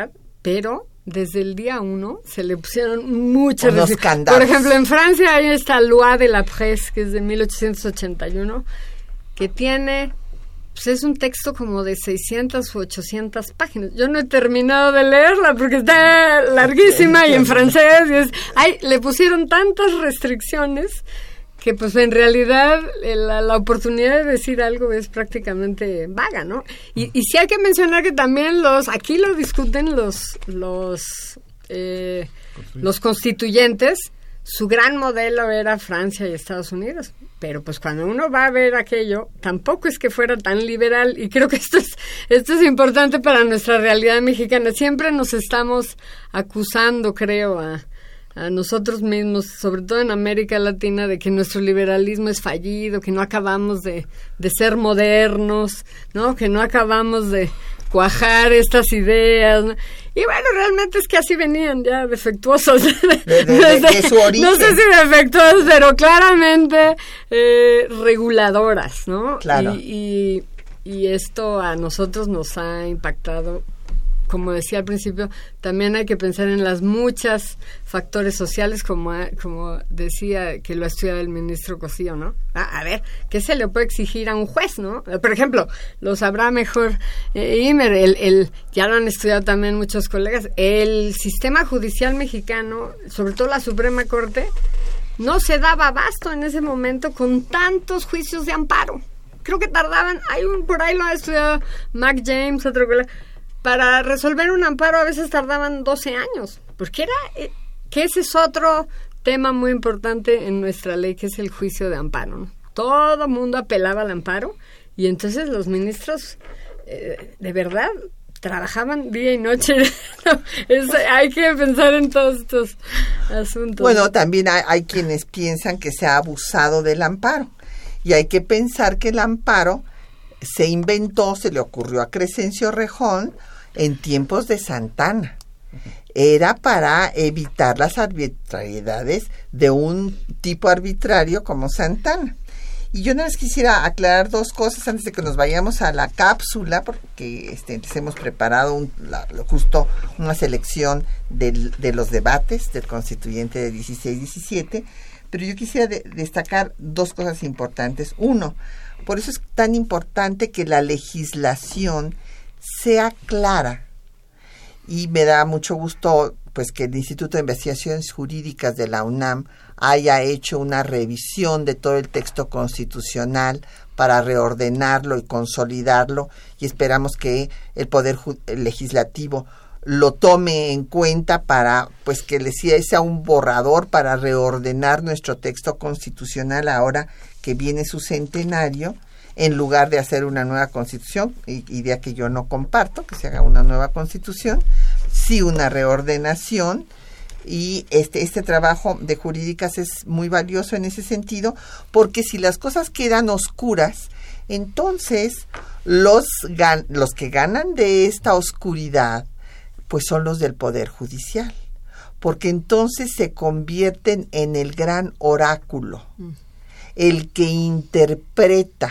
pero desde el día uno se le pusieron muchas restricciones. Por ejemplo, en Francia hay esta Loi de la Presse, que es de mil ochocientos ochenta y uno, que tiene, pues es un texto como de seiscientas u ochocientas páginas. Yo no he terminado de leerla porque está larguísima y en francés. Y es, ay, le pusieron tantas restricciones que pues en realidad la, la oportunidad de decir algo es prácticamente vaga, ¿no? Y, y sí hay que mencionar que también los, aquí lo discuten los, los, eh, los constituyentes, su gran modelo era Francia y Estados Unidos, pero pues cuando uno va a ver aquello, tampoco es que fuera tan liberal, y creo que esto es, esto es importante para nuestra realidad mexicana. Siempre nos estamos acusando, creo, a a nosotros mismos, sobre todo en América Latina, de que nuestro liberalismo es fallido, que no acabamos de, de ser modernos, ¿no? Que no acabamos de cuajar estas ideas, ¿no? Y bueno, realmente es que así venían ya defectuosos. De, de, de, de su origen. No sé si defectuosos, pero claramente eh, reguladoras, ¿no? Claro. Y, y, y esto a nosotros nos ha impactado. Como decía al principio, también hay que pensar en las muchas factores sociales, como, como decía que lo ha estudiado el ministro Cosío, ¿no? Ah, a ver, ¿qué se le puede exigir a un juez, no? Por ejemplo, lo sabrá mejor eh, Imer, el, el, ya lo han estudiado también muchos colegas, el sistema judicial mexicano, sobre todo la Suprema Corte, no se daba abasto en ese momento con tantos juicios de amparo. Creo que tardaban, hay un, por ahí lo ha estudiado Mac James, otro colega, para resolver un amparo a veces tardaban doce años, porque era que ese es otro tema muy importante en nuestra ley, que es el juicio de amparo, ¿no? Todo mundo apelaba al amparo y entonces los ministros eh, de verdad trabajaban día y noche. es, hay que pensar en todos estos asuntos. Bueno, también hay, hay quienes piensan que se ha abusado del amparo, y hay que pensar que el amparo se inventó, se le ocurrió a Crescencio Rejón en tiempos de Santana. Era para evitar las arbitrariedades de un tipo arbitrario como Santana. Y yo nada más quisiera aclarar dos cosas antes de que nos vayamos a la cápsula, porque este, les hemos preparado un, la, justo una selección del, de los debates del constituyente de dieciséis diecisiete, pero yo quisiera de, destacar dos cosas importantes. Uno, por eso es tan importante que la legislación sea clara, y me da mucho gusto pues que el Instituto de Investigaciones Jurídicas de la UNAM haya hecho una revisión de todo el texto constitucional para reordenarlo y consolidarlo, y esperamos que el Poder Legislativo lo tome en cuenta para pues que le sea un borrador para reordenar nuestro texto constitucional ahora que viene su centenario, en lugar de hacer una nueva constitución, idea que yo no comparto, que se haga una nueva constitución, sí una reordenación. Y este, este trabajo de jurídicas es muy valioso en ese sentido, porque si las cosas quedan oscuras, entonces los, gan- los que ganan de esta oscuridad, pues son los del Poder Judicial, porque entonces se convierten en el gran oráculo, el que interpreta,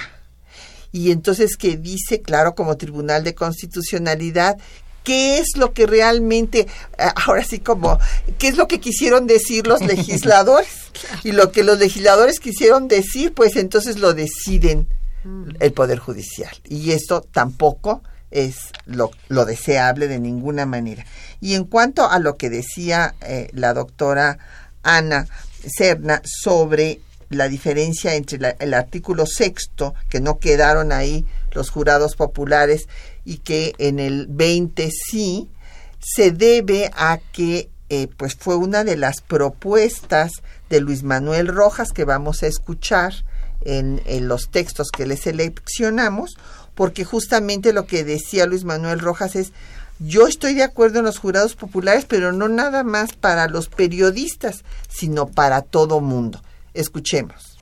y entonces que dice, claro, como Tribunal de Constitucionalidad, qué es lo que realmente, ahora sí como, qué es lo que quisieron decir los legisladores, y lo que los legisladores quisieron decir, pues entonces lo deciden el Poder Judicial, y esto tampoco es lo, lo deseable de ninguna manera. Y en cuanto a lo que decía eh, la doctora Ana Serna sobre la diferencia entre la, el artículo sexto, que no quedaron ahí los jurados populares, y que en el veinte sí, se debe a que eh, pues fue una de las propuestas de Luis Manuel Rojas, que vamos a escuchar en, en los textos que le seleccionamos, porque justamente lo que decía Luis Manuel Rojas es: yo estoy de acuerdo en los jurados populares, pero no nada más para los periodistas, sino para todo mundo. Escuchemos.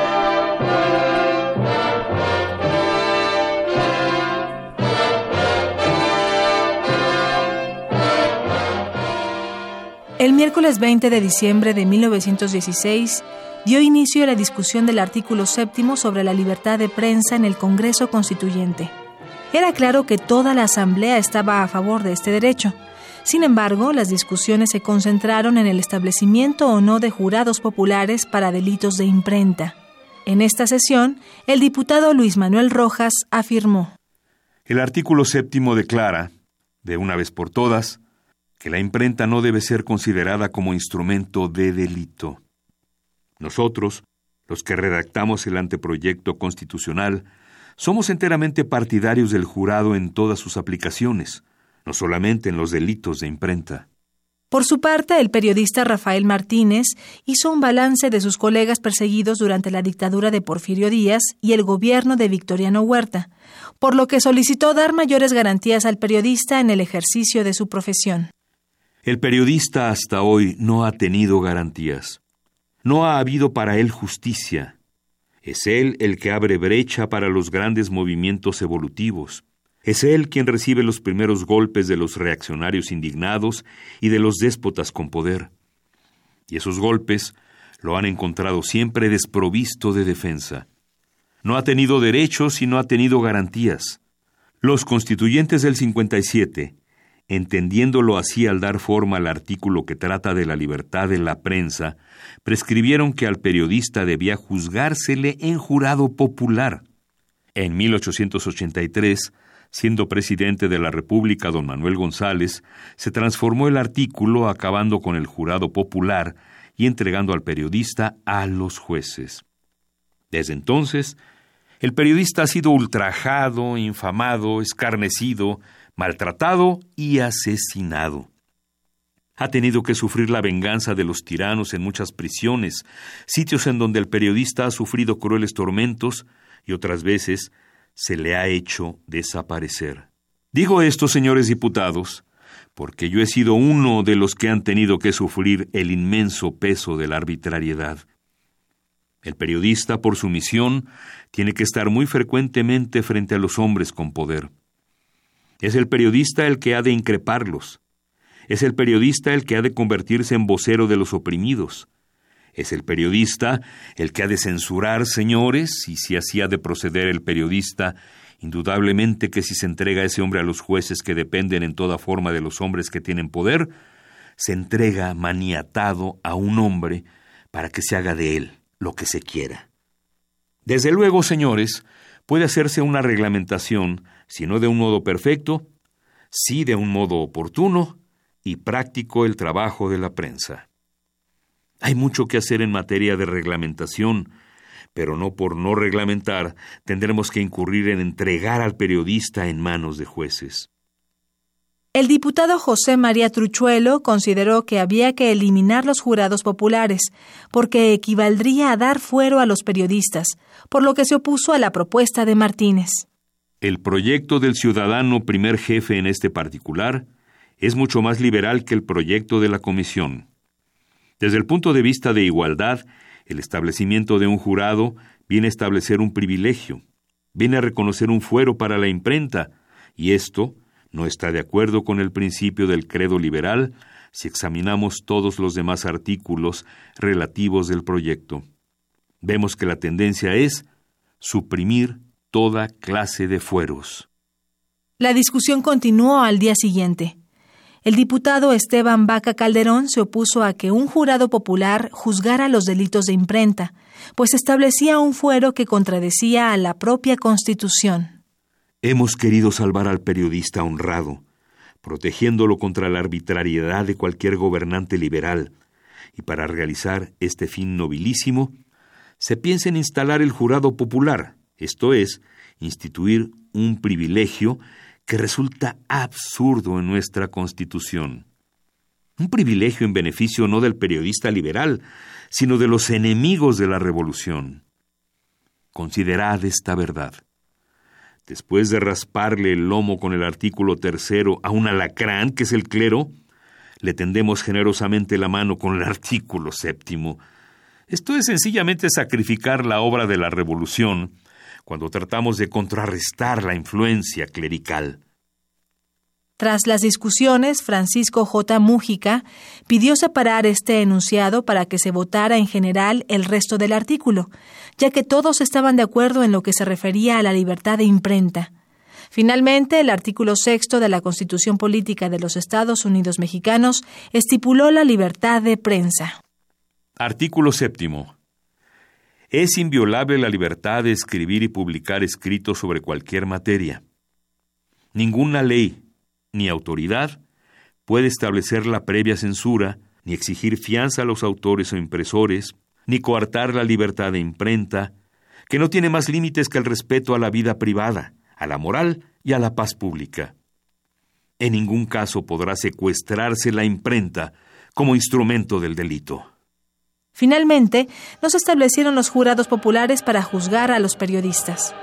El miércoles veinte de diciembre de mil novecientos dieciséis dio inicio a la discusión del artículo séptimo sobre la libertad de prensa en el Congreso Constituyente. Era claro que toda la Asamblea estaba a favor de este derecho. Sin embargo, las discusiones se concentraron en el establecimiento o no de jurados populares para delitos de imprenta. En esta sesión, el diputado Luis Manuel Rojas afirmó: El artículo séptimo declara, de una vez por todas, que la imprenta no debe ser considerada como instrumento de delito. Nosotros, los que redactamos el anteproyecto constitucional, somos enteramente partidarios del jurado en todas sus aplicaciones, no solamente en los delitos de imprenta. Por su parte, el periodista Rafael Martínez hizo un balance de sus colegas perseguidos durante la dictadura de Porfirio Díaz y el gobierno de Victoriano Huerta, por lo que solicitó dar mayores garantías al periodista en el ejercicio de su profesión. El periodista hasta hoy no ha tenido garantías. No ha habido para él justicia. Es él el que abre brecha para los grandes movimientos evolutivos. Es él quien recibe los primeros golpes de los reaccionarios indignados y de los déspotas con poder. Y esos golpes lo han encontrado siempre desprovisto de defensa. No ha tenido derechos y no ha tenido garantías. Los constituyentes del cincuenta y siete, entendiéndolo así al dar forma al artículo que trata de la libertad de la prensa, prescribieron que al periodista debía juzgársele en jurado popular. En mil ochocientos ochenta y tres, siendo presidente de la República don Manuel González, se transformó el artículo acabando con el jurado popular y entregando al periodista a los jueces. Desde entonces, el periodista ha sido ultrajado, infamado, escarnecido, maltratado y asesinado. Ha tenido que sufrir la venganza de los tiranos en muchas prisiones, sitios en donde el periodista ha sufrido crueles tormentos y otras veces se le ha hecho desaparecer. Digo esto, señores diputados, porque yo he sido uno de los que han tenido que sufrir el inmenso peso de la arbitrariedad. El periodista, por su misión, tiene que estar muy frecuentemente frente a los hombres con poder. Es el periodista el que ha de increparlos. Es el periodista el que ha de convertirse en vocero de los oprimidos. Es el periodista el que ha de censurar, señores, y si así ha de proceder el periodista, indudablemente que si se entrega ese hombre a los jueces que dependen en toda forma de los hombres que tienen poder, se entrega maniatado a un hombre para que se haga de él lo que se quiera. Desde luego, señores, puede hacerse una reglamentación, si no de un modo perfecto, sí de un modo oportuno y práctico el trabajo de la prensa. Hay mucho que hacer en materia de reglamentación, pero no por no reglamentar tendremos que incurrir en entregar al periodista en manos de jueces. El diputado José María Truchuelo consideró que había que eliminar los jurados populares, porque equivaldría a dar fuero a los periodistas, por lo que se opuso a la propuesta de Martínez. El proyecto del ciudadano primer jefe en este particular es mucho más liberal que el proyecto de la comisión. Desde el punto de vista de igualdad, el establecimiento de un jurado viene a establecer un privilegio, viene a reconocer un fuero para la imprenta, y esto no está de acuerdo con el principio del credo liberal si examinamos todos los demás artículos relativos del proyecto. Vemos que la tendencia es suprimir toda clase de fueros. La discusión continuó al día siguiente. El diputado Esteban Vaca Calderón se opuso a que un jurado popular juzgara los delitos de imprenta, pues establecía un fuero que contradecía a la propia Constitución. Hemos querido salvar al periodista honrado, protegiéndolo contra la arbitrariedad de cualquier gobernante liberal, y para realizar este fin nobilísimo, se piensa en instalar el jurado popular, esto es, instituir un privilegio que resulta absurdo en nuestra Constitución. Un privilegio en beneficio no del periodista liberal, sino de los enemigos de la revolución. Considerad esta verdad. Después de rasparle el lomo con el artículo tercero a un alacrán, que es el clero, le tendemos generosamente la mano con el artículo séptimo. Esto es sencillamente sacrificar la obra de la revolución cuando tratamos de contrarrestar la influencia clerical. Tras las discusiones, Francisco J. Mújica pidió separar este enunciado para que se votara en general el resto del artículo, ya que todos estaban de acuerdo en lo que se refería a la libertad de imprenta. Finalmente, el artículo sexto de la Constitución Política de los Estados Unidos Mexicanos estipuló la libertad de prensa. Artículo séptimo. Es inviolable la libertad de escribir y publicar escritos sobre cualquier materia. Ninguna ley ni autoridad puede establecer la previa censura, ni exigir fianza a los autores o impresores, ni coartar la libertad de imprenta, que no tiene más límites que el respeto a la vida privada, a la moral y a la paz pública. En ningún caso podrá secuestrarse la imprenta como instrumento del delito. Finalmente, no se establecieron los jurados populares para juzgar a los periodistas.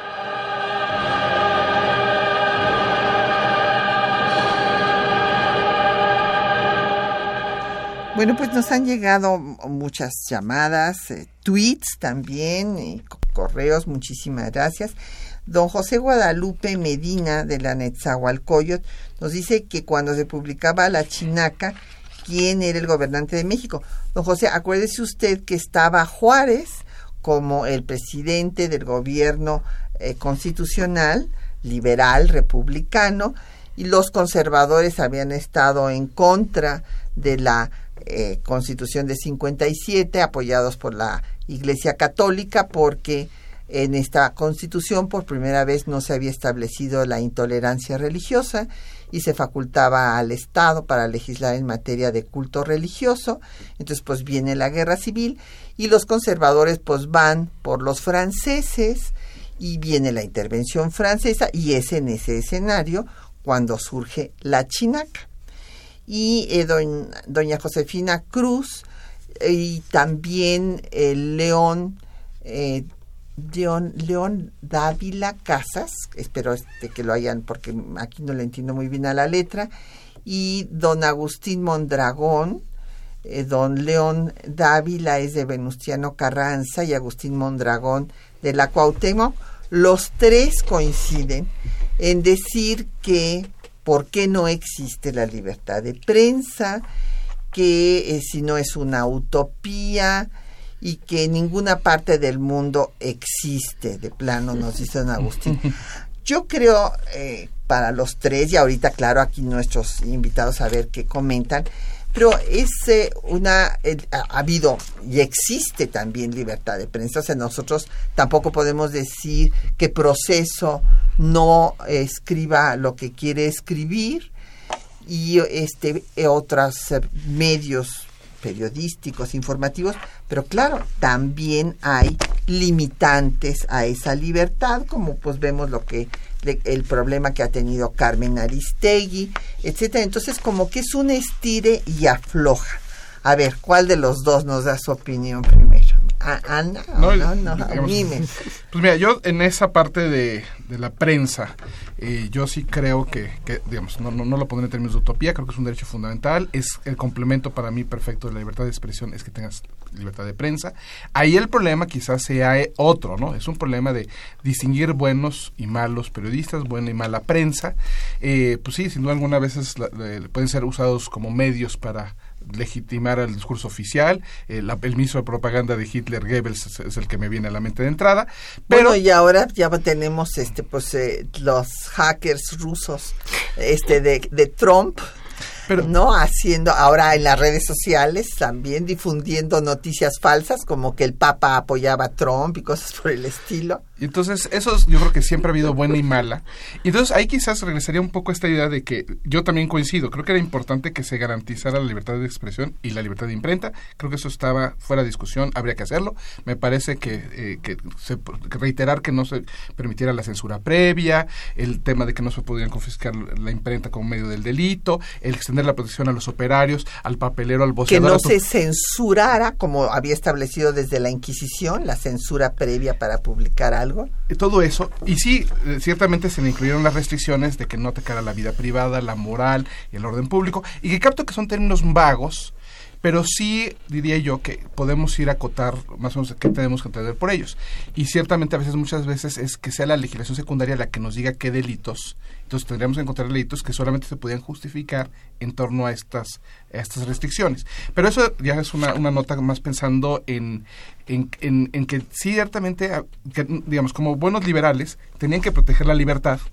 Bueno, pues nos han llegado muchas llamadas, eh, tweets también, y correos, muchísimas gracias. Don José Guadalupe Medina de la Netzahualcóyotl nos dice que cuando se publicaba La Chinaca, ¿quién era el gobernante de México? Don José, acuérdese usted que estaba Juárez como el presidente del gobierno eh, constitucional, liberal, republicano, y los conservadores habían estado en contra de la eh, Constitución de cincuenta y siete, apoyados por la Iglesia Católica, porque en esta Constitución por primera vez no se había establecido la intolerancia religiosa y se facultaba al Estado para legislar en materia de culto religioso. Entonces pues viene la guerra civil y los conservadores pues van por los franceses y viene la intervención francesa, y es en ese escenario cuando surge La Chinaca. Y eh, doña, doña Josefina Cruz eh, y también el León eh, León, León Dávila Casas, espero este, que lo hayan, porque aquí no le entiendo muy bien a la letra, y don Agustín Mondragón. eh, don León Dávila es de Venustiano Carranza y Agustín Mondragón de la Cuauhtémoc. Los tres coinciden en decir que por qué no existe la libertad de prensa, que eh, si no es una utopía, y que en ninguna parte del mundo existe, de plano, nos dice don Agustín. Yo creo, eh, para los tres, y ahorita, claro, aquí nuestros invitados a ver qué comentan, pero es eh, una, eh, ha habido y existe también libertad de prensa. O sea, nosotros tampoco podemos decir que Proceso no escriba lo que quiere escribir, y este eh, otros eh, medios periodísticos, informativos, pero claro, también hay limitantes a esa libertad, como pues vemos lo que de, el problema que ha tenido Carmen Aristegui, etcétera. Entonces, como que es un estire y afloja. A ver, ¿cuál de los dos nos da su opinión primero? Ana, no, no, no, digamos, dime. Pues mira, yo en esa parte de, de la prensa, eh, yo sí creo que, que digamos, no, no, no lo pondré en términos de utopía, creo que es un derecho fundamental, es el complemento para mí perfecto de la libertad de expresión, es que tengas libertad de prensa. Ahí el problema quizás sea otro, ¿no? Es un problema de distinguir buenos y malos periodistas, buena y mala prensa. Eh, pues sí, sin duda alguna, a veces la, la, pueden ser usados como medios para legitimar el discurso oficial. Eh, la, el ministro de propaganda de Hitler, Goebbels, es, es el que me viene a la mente de entrada. Pero bueno, y ahora ya tenemos este pues eh, los hackers rusos este de, de Trump, pero no haciendo ahora en las redes sociales también difundiendo noticias falsas como que el Papa apoyaba a Trump y cosas por el estilo. Y entonces, eso es, yo creo que siempre ha habido buena y mala. Y entonces ahí quizás regresaría un poco a esta idea de que yo también coincido. Creo que era importante que se garantizara la libertad de expresión y la libertad de imprenta. Creo que eso estaba fuera de discusión, habría que hacerlo. Me parece que, eh, que, se, que reiterar que no se permitiera la censura previa, el tema de que no se podían confiscar la imprenta como medio del delito, el extender la protección a los operarios, al papelero, al voceador. Que no tu... se censurara, como había establecido desde la Inquisición, la censura previa para publicar algo. Todo eso, y sí, ciertamente se le incluyeron las restricciones de que no atacara la vida privada, la moral y el orden público, y que capto que son términos vagos, pero sí diría yo que podemos ir a acotar más o menos qué tenemos que entender por ellos. Y ciertamente a veces, muchas veces, es que sea la legislación secundaria la que nos diga qué delitos. Entonces tendríamos que encontrar delitos que solamente se podían justificar en torno a estas, a estas restricciones. Pero eso ya es una, una nota más pensando en, en, en, en que ciertamente, que, digamos, como buenos liberales, tenían que proteger la libertad,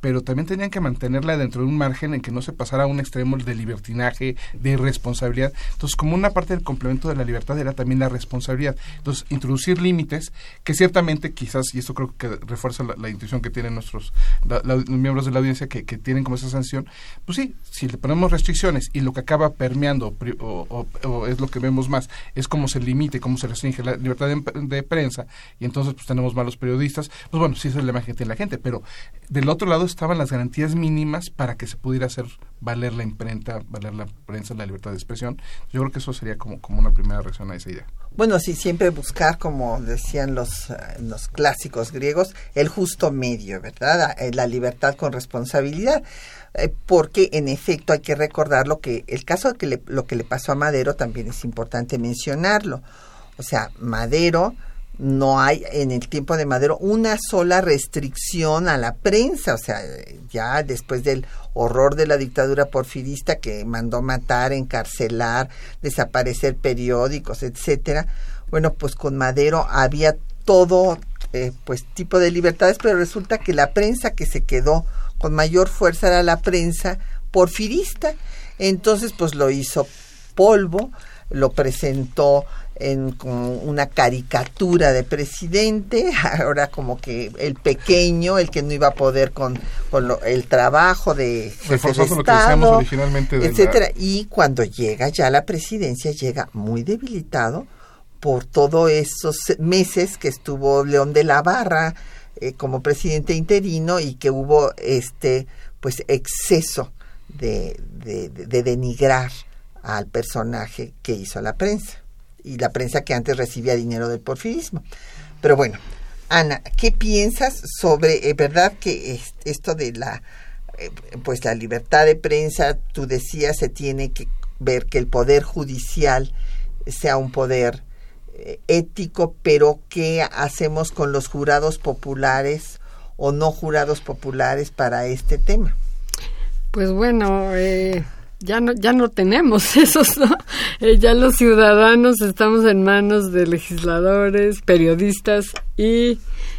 pero también tenían que mantenerla dentro de un margen en que no se pasara a un extremo de libertinaje, de irresponsabilidad. Entonces, como una parte del complemento de la libertad era también la responsabilidad. Entonces, introducir límites que ciertamente quizás, y esto creo que refuerza la, la intuición que tienen nuestros la, la, los miembros de la audiencia que, que tienen como esa sanción, pues sí, si le ponemos restricciones y lo que acaba permeando o, o, o es lo que vemos más, es cómo se limite, cómo se restringe la libertad de, de prensa, y entonces pues tenemos malos periodistas, pues bueno, sí esa es la imagen que tiene la gente, pero del otro lado estaban las garantías mínimas para que se pudiera hacer valer la imprenta, valer la prensa, la libertad de expresión. Yo creo que eso sería como, como una primera reacción a esa idea. Bueno, sí, siempre buscar, como decían los, los clásicos griegos, el justo medio, ¿verdad? La libertad con responsabilidad, eh, porque en efecto hay que recordar lo que, el caso de que le, lo que le pasó a Madero también es importante mencionarlo. O sea, Madero, no hay en el tiempo de Madero una sola restricción a la prensa, o sea, ya después del horror de la dictadura porfirista que mandó matar, encarcelar, desaparecer periódicos, etcétera. Bueno, pues con Madero había todo eh, pues tipo de libertades, pero resulta que la prensa que se quedó con mayor fuerza era la prensa porfirista. Entonces, pues lo hizo polvo, lo presentó en como una caricatura de presidente, ahora como que el pequeño, el que no iba a poder con, con lo, el trabajo de jefe de Estado, lo que decíamos originalmente de etcétera. La... Y cuando llega ya a la presidencia, llega muy debilitado por todos esos meses que estuvo León de la Barra eh, como presidente interino, y que hubo este pues exceso de, de, de, de denigrar al personaje que hizo la prensa, y la prensa que antes recibía dinero del porfirismo. Pero bueno, Ana, ¿qué piensas sobre, eh, verdad que es, esto de la, eh, pues la libertad de prensa, tú decías, se tiene que ver que el poder judicial sea un poder eh, ético, pero ¿qué hacemos con los jurados populares o no jurados populares para este tema? Pues bueno, eh... Ya no, ya no tenemos esos, ¿no? Eh, ya los ciudadanos estamos en manos de legisladores, periodistas y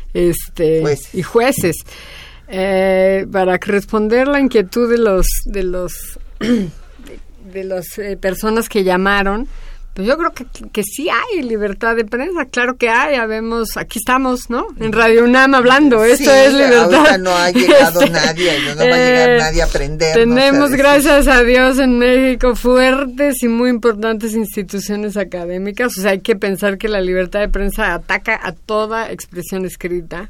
este jueces. y jueces. Eh, para responder la inquietud de los de los de, de las eh, personas que llamaron, pues yo creo que, que sí hay libertad de prensa, claro que hay, habemos, aquí estamos, ¿no? En Radio UNAM hablando, esto sí, es libertad. Ahorita no ha llegado este, nadie, no, no va a llegar eh, nadie a aprender. Tenemos, no, gracias a Dios, en México fuertes y muy importantes instituciones académicas, o sea, hay que pensar que la libertad de prensa ataca a toda expresión escrita,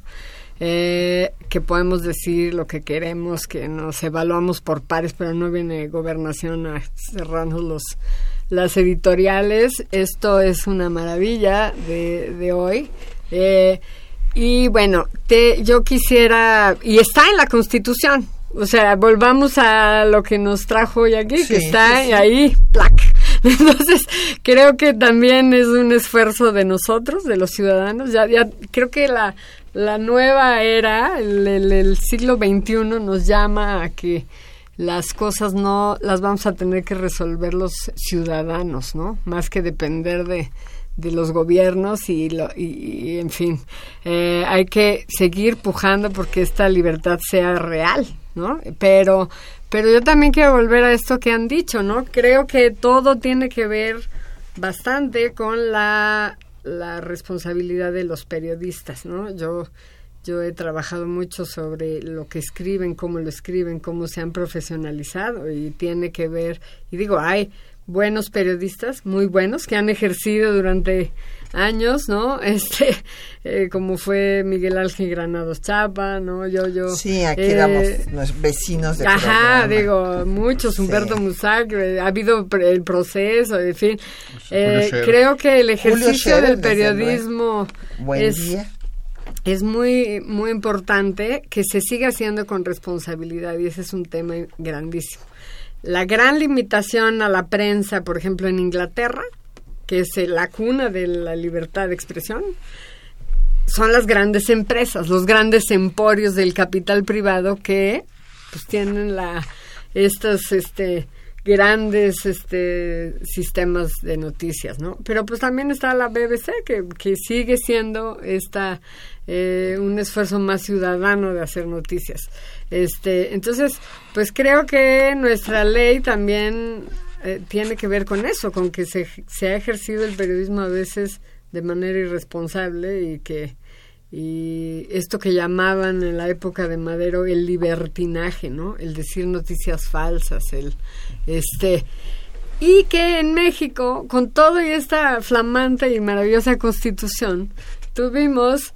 eh, que podemos decir lo que queremos, que nos evaluamos por pares, pero no viene gobernación a cerrarnos los... las editoriales. Esto es una maravilla de, de hoy. Eh, y bueno, te, yo quisiera, y está en la Constitución, o sea, volvamos a lo que nos trajo hoy aquí, sí, que está sí, sí. ahí, plac. Entonces, creo que también es un esfuerzo de nosotros, de los ciudadanos. Ya, ya creo que la, la nueva era, el, el, el siglo veintiuno nos llama a que las cosas no las vamos a tener que resolver los ciudadanos, ¿no? Más que depender de, de los gobiernos y, lo, y, y en fin, eh, hay que seguir pujando porque esta libertad sea real, ¿no? Pero, pero yo también quiero volver a esto que han dicho, ¿no? Creo que todo tiene que ver bastante con la, la responsabilidad de los periodistas, ¿no? Yo Yo he trabajado mucho sobre lo que escriben, cómo lo escriben, cómo se han profesionalizado, y tiene que ver, y digo, hay buenos periodistas, muy buenos, que han ejercido durante años, ¿no? Este, eh, como fue Miguel Ángel Granados Chapa, ¿no? Yo, yo. Sí, aquí eh, éramos los vecinos de Ajá, programa. digo, muchos, Humberto sí. Musac, eh, ha habido el proceso, en fin. Eh, creo que el ejercicio del periodismo Buen es... día. Es muy muy importante que se siga haciendo con responsabilidad, y ese es un tema grandísimo. La gran limitación a la prensa, por ejemplo, en Inglaterra, que es la cuna de la libertad de expresión, son las grandes empresas, los grandes emporios del capital privado que pues tienen la estas este grandes este sistemas de noticias, ¿no? Pero pues también está la B B C, que, que sigue siendo esta eh, un esfuerzo más ciudadano de hacer noticias. Este, entonces, pues creo que nuestra ley también eh, tiene que ver con eso, con que se, se ha ejercido el periodismo a veces de manera irresponsable y que y esto que llamaban en la época de Madero el libertinaje, ¿no? El decir noticias falsas, el este y que en México, con todo y esta flamante y maravillosa Constitución, tuvimos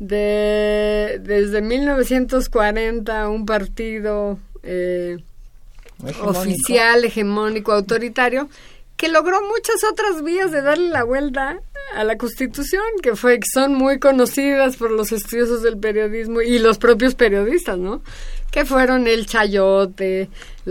de desde mil novecientos cuarenta un partido eh, hegemónico. oficial, hegemónico, autoritario, que logró muchas otras vías de darle la vuelta a la Constitución, que fue que son muy conocidas por los estudiosos del periodismo y los propios periodistas, ¿no? Que fueron el chayote,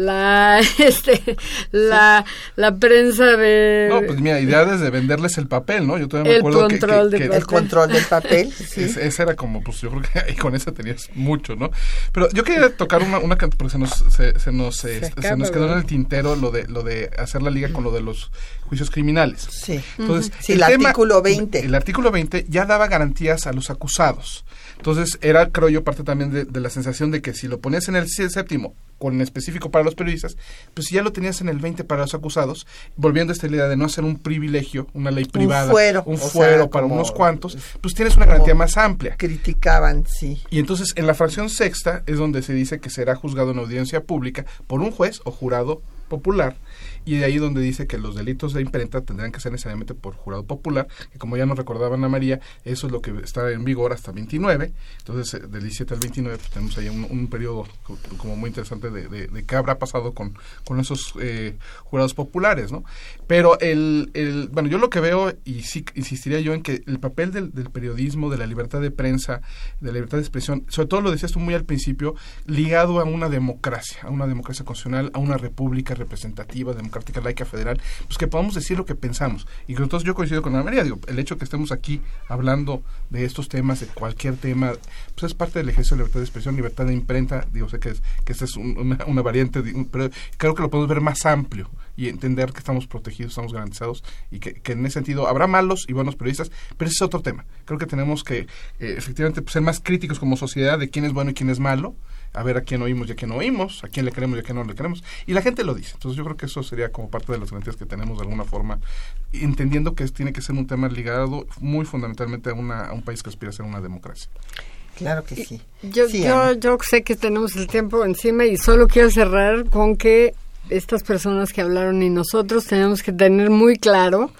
la este la la prensa de no pues mira, idea desde venderles el papel, ¿no? Yo todavía me el acuerdo control que, que, de que el control del papel, sí. Es, ese era como, pues yo creo que ahí con esa tenías mucho, ¿no? Pero yo quería tocar una, una porque se nos se, se nos se, se, acaba, se nos quedó ¿verdad? en el tintero lo de lo de hacer la liga con lo de los juicios criminales. Sí. Entonces, sí, el, el tema, artículo veinte. El artículo veinte ya daba garantías a los acusados. Entonces, era, creo yo, parte también de, de la sensación de que si lo ponías en el séptimo, con específico para los periodistas, pues si ya lo tenías en el veinte para los acusados, volviendo a esta idea de no hacer un privilegio, una ley privada, un fuero, un fuero sea, para como, unos cuantos, pues tienes una garantía más amplia. Criticaban, sí. Y entonces, en la fracción sexta es donde se dice que será juzgado en audiencia pública por un juez o jurado popular, y de ahí donde dice que los delitos de imprenta tendrán que ser necesariamente por jurado popular, que como ya nos recordaba Ana María, eso es lo que está en vigor hasta veintinueve, entonces del diecisiete al veintinueve pues tenemos ahí un, un periodo como muy interesante de, de, de qué habrá pasado con, con esos eh, jurados populares, ¿no? Pero el, el, bueno, yo lo que veo, y sí insistiría yo en que el papel del, del periodismo, de la libertad de prensa, de la libertad de expresión, sobre todo lo decías tú muy al principio, ligado a una democracia, a una democracia constitucional, a una república representativa, democrática, laica, federal, pues que podamos decir lo que pensamos. Y entonces yo coincido con Ana María, digo, el hecho de que estemos aquí hablando de estos temas, de cualquier tema, pues es parte del ejercicio de libertad de expresión, libertad de imprenta, digo, sé que, es, que esta es un, una, una variante, de, pero creo que lo podemos ver más amplio y entender que estamos protegidos, estamos garantizados y que, que en ese sentido habrá malos y buenos periodistas, pero ese es otro tema. Creo que tenemos que eh, efectivamente pues, ser más críticos como sociedad de quién es bueno y quién es malo, a ver a quién oímos y a quién no oímos, a quién le queremos y a quién no le queremos, y la gente lo dice. Entonces yo creo que eso sería como parte de las garantías que tenemos de alguna forma, entendiendo que tiene que ser un tema ligado muy fundamentalmente a, una, a un país que aspira a ser una democracia. Claro que sí. Yo, sí, yo, yo sé que tenemos el tiempo encima y solo quiero cerrar con que estas personas que hablaron y nosotros tenemos que tener muy claro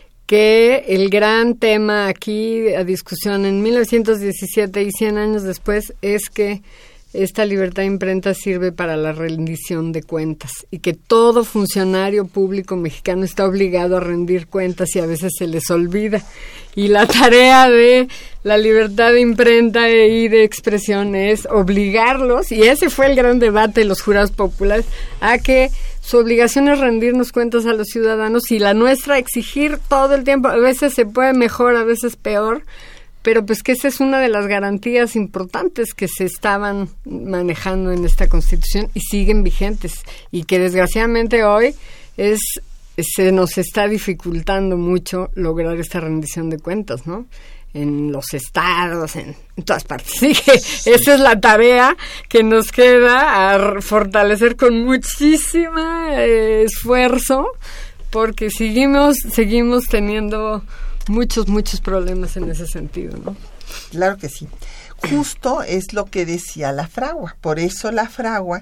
que el gran tema aquí a discusión en mil novecientos diecisiete y cien años después es que esta libertad de imprenta sirve para la rendición de cuentas y que todo funcionario público mexicano está obligado a rendir cuentas y a veces se les olvida. Y la tarea de la libertad de imprenta y de expresión es obligarlos, y ese fue el gran debate de los jurados populares, a que su obligación es rendirnos cuentas a los ciudadanos y la nuestra exigir todo el tiempo. A veces se puede mejor, a veces peor, pero pues que esa es una de las garantías importantes que se estaban manejando en esta Constitución y siguen vigentes y que desgraciadamente hoy es se nos está dificultando mucho lograr esta rendición de cuentas, ¿no? En los estados, en, en todas partes. Así que sí. Esa es la tarea que nos queda a fortalecer con muchísimo eh, esfuerzo, porque seguimos seguimos teniendo muchos, muchos problemas en ese sentido, ¿no? Claro que sí. Justo es lo que decía la fragua. Por eso la fragua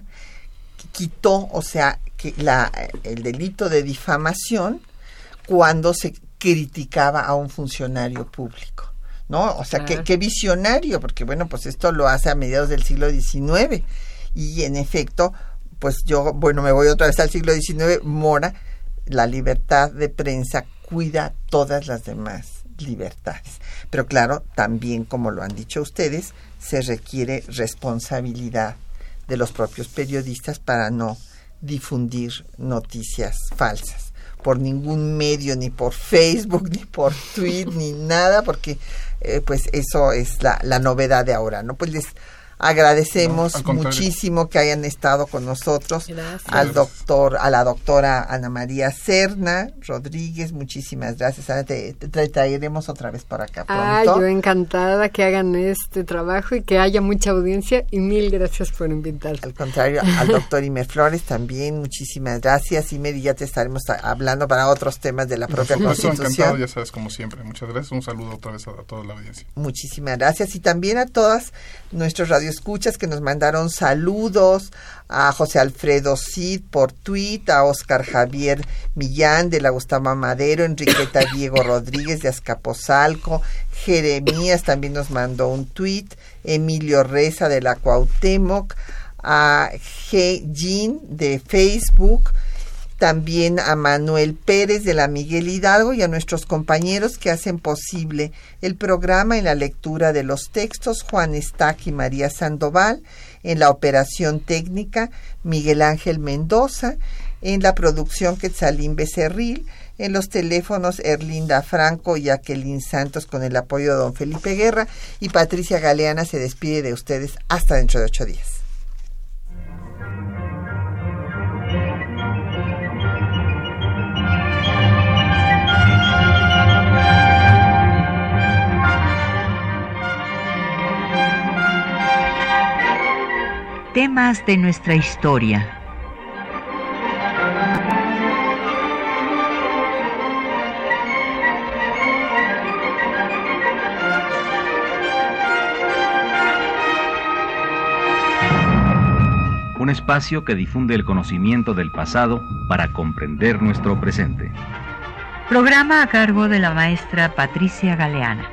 quitó, o sea, que la, el delito de difamación cuando se criticaba a un funcionario público, ¿no? O sea, ah. qué, qué visionario, porque bueno, pues esto lo hace a mediados del siglo diecinueve y en efecto, pues yo, bueno, me voy otra vez al siglo diecinueve, Mora, la libertad de prensa cuida todas las demás libertades. Pero claro, también, como lo han dicho ustedes, se requiere responsabilidad de los propios periodistas para no difundir noticias falsas por ningún medio, ni por Facebook, ni por Twitter, ni nada, porque eh, pues eso es la, la novedad de ahora, ¿no? Pues les Agradecemos No, muchísimo que hayan estado con nosotros. Gracias. Al doctor, a la doctora Ana María Serna Rodríguez, muchísimas gracias. Ana, te, te, te traeremos otra vez por acá pronto. Ah, yo encantada que hagan este trabajo y que haya mucha audiencia, y mil gracias por invitarme. Al contrario, al doctor Imer Flores también, muchísimas gracias. Imer, y ya te estaremos hablando para otros temas de la propia Por supuesto, Constitución. encantado, ya sabes, como siempre. Muchas gracias. Un saludo otra vez a, a toda la audiencia. Muchísimas gracias. Y también a todas nuestros radioescuchas que nos mandaron saludos, a José Alfredo Cid por tweet, a Oscar Javier Millán de la Gustavo Madero, Enriqueta Diego Rodríguez de Azcapotzalco, Jeremías también nos mandó un tweet, Emilio Reza de la Cuauhtémoc, a G. Jean de Facebook, también a Manuel Pérez de la Miguel Hidalgo y a nuestros compañeros que hacen posible el programa en la lectura de los textos, Juan Estac y María Sandoval, en la operación técnica, Miguel Ángel Mendoza, en la producción Quetzalín Becerril, en los teléfonos Erlinda Franco y Jacqueline Santos con el apoyo de don Felipe Guerra, y Patricia Galeana se despide de ustedes hasta dentro de ocho días. Temas de nuestra historia. Un espacio que difunde el conocimiento del pasado para comprender nuestro presente. Programa a cargo de la maestra Patricia Galeana.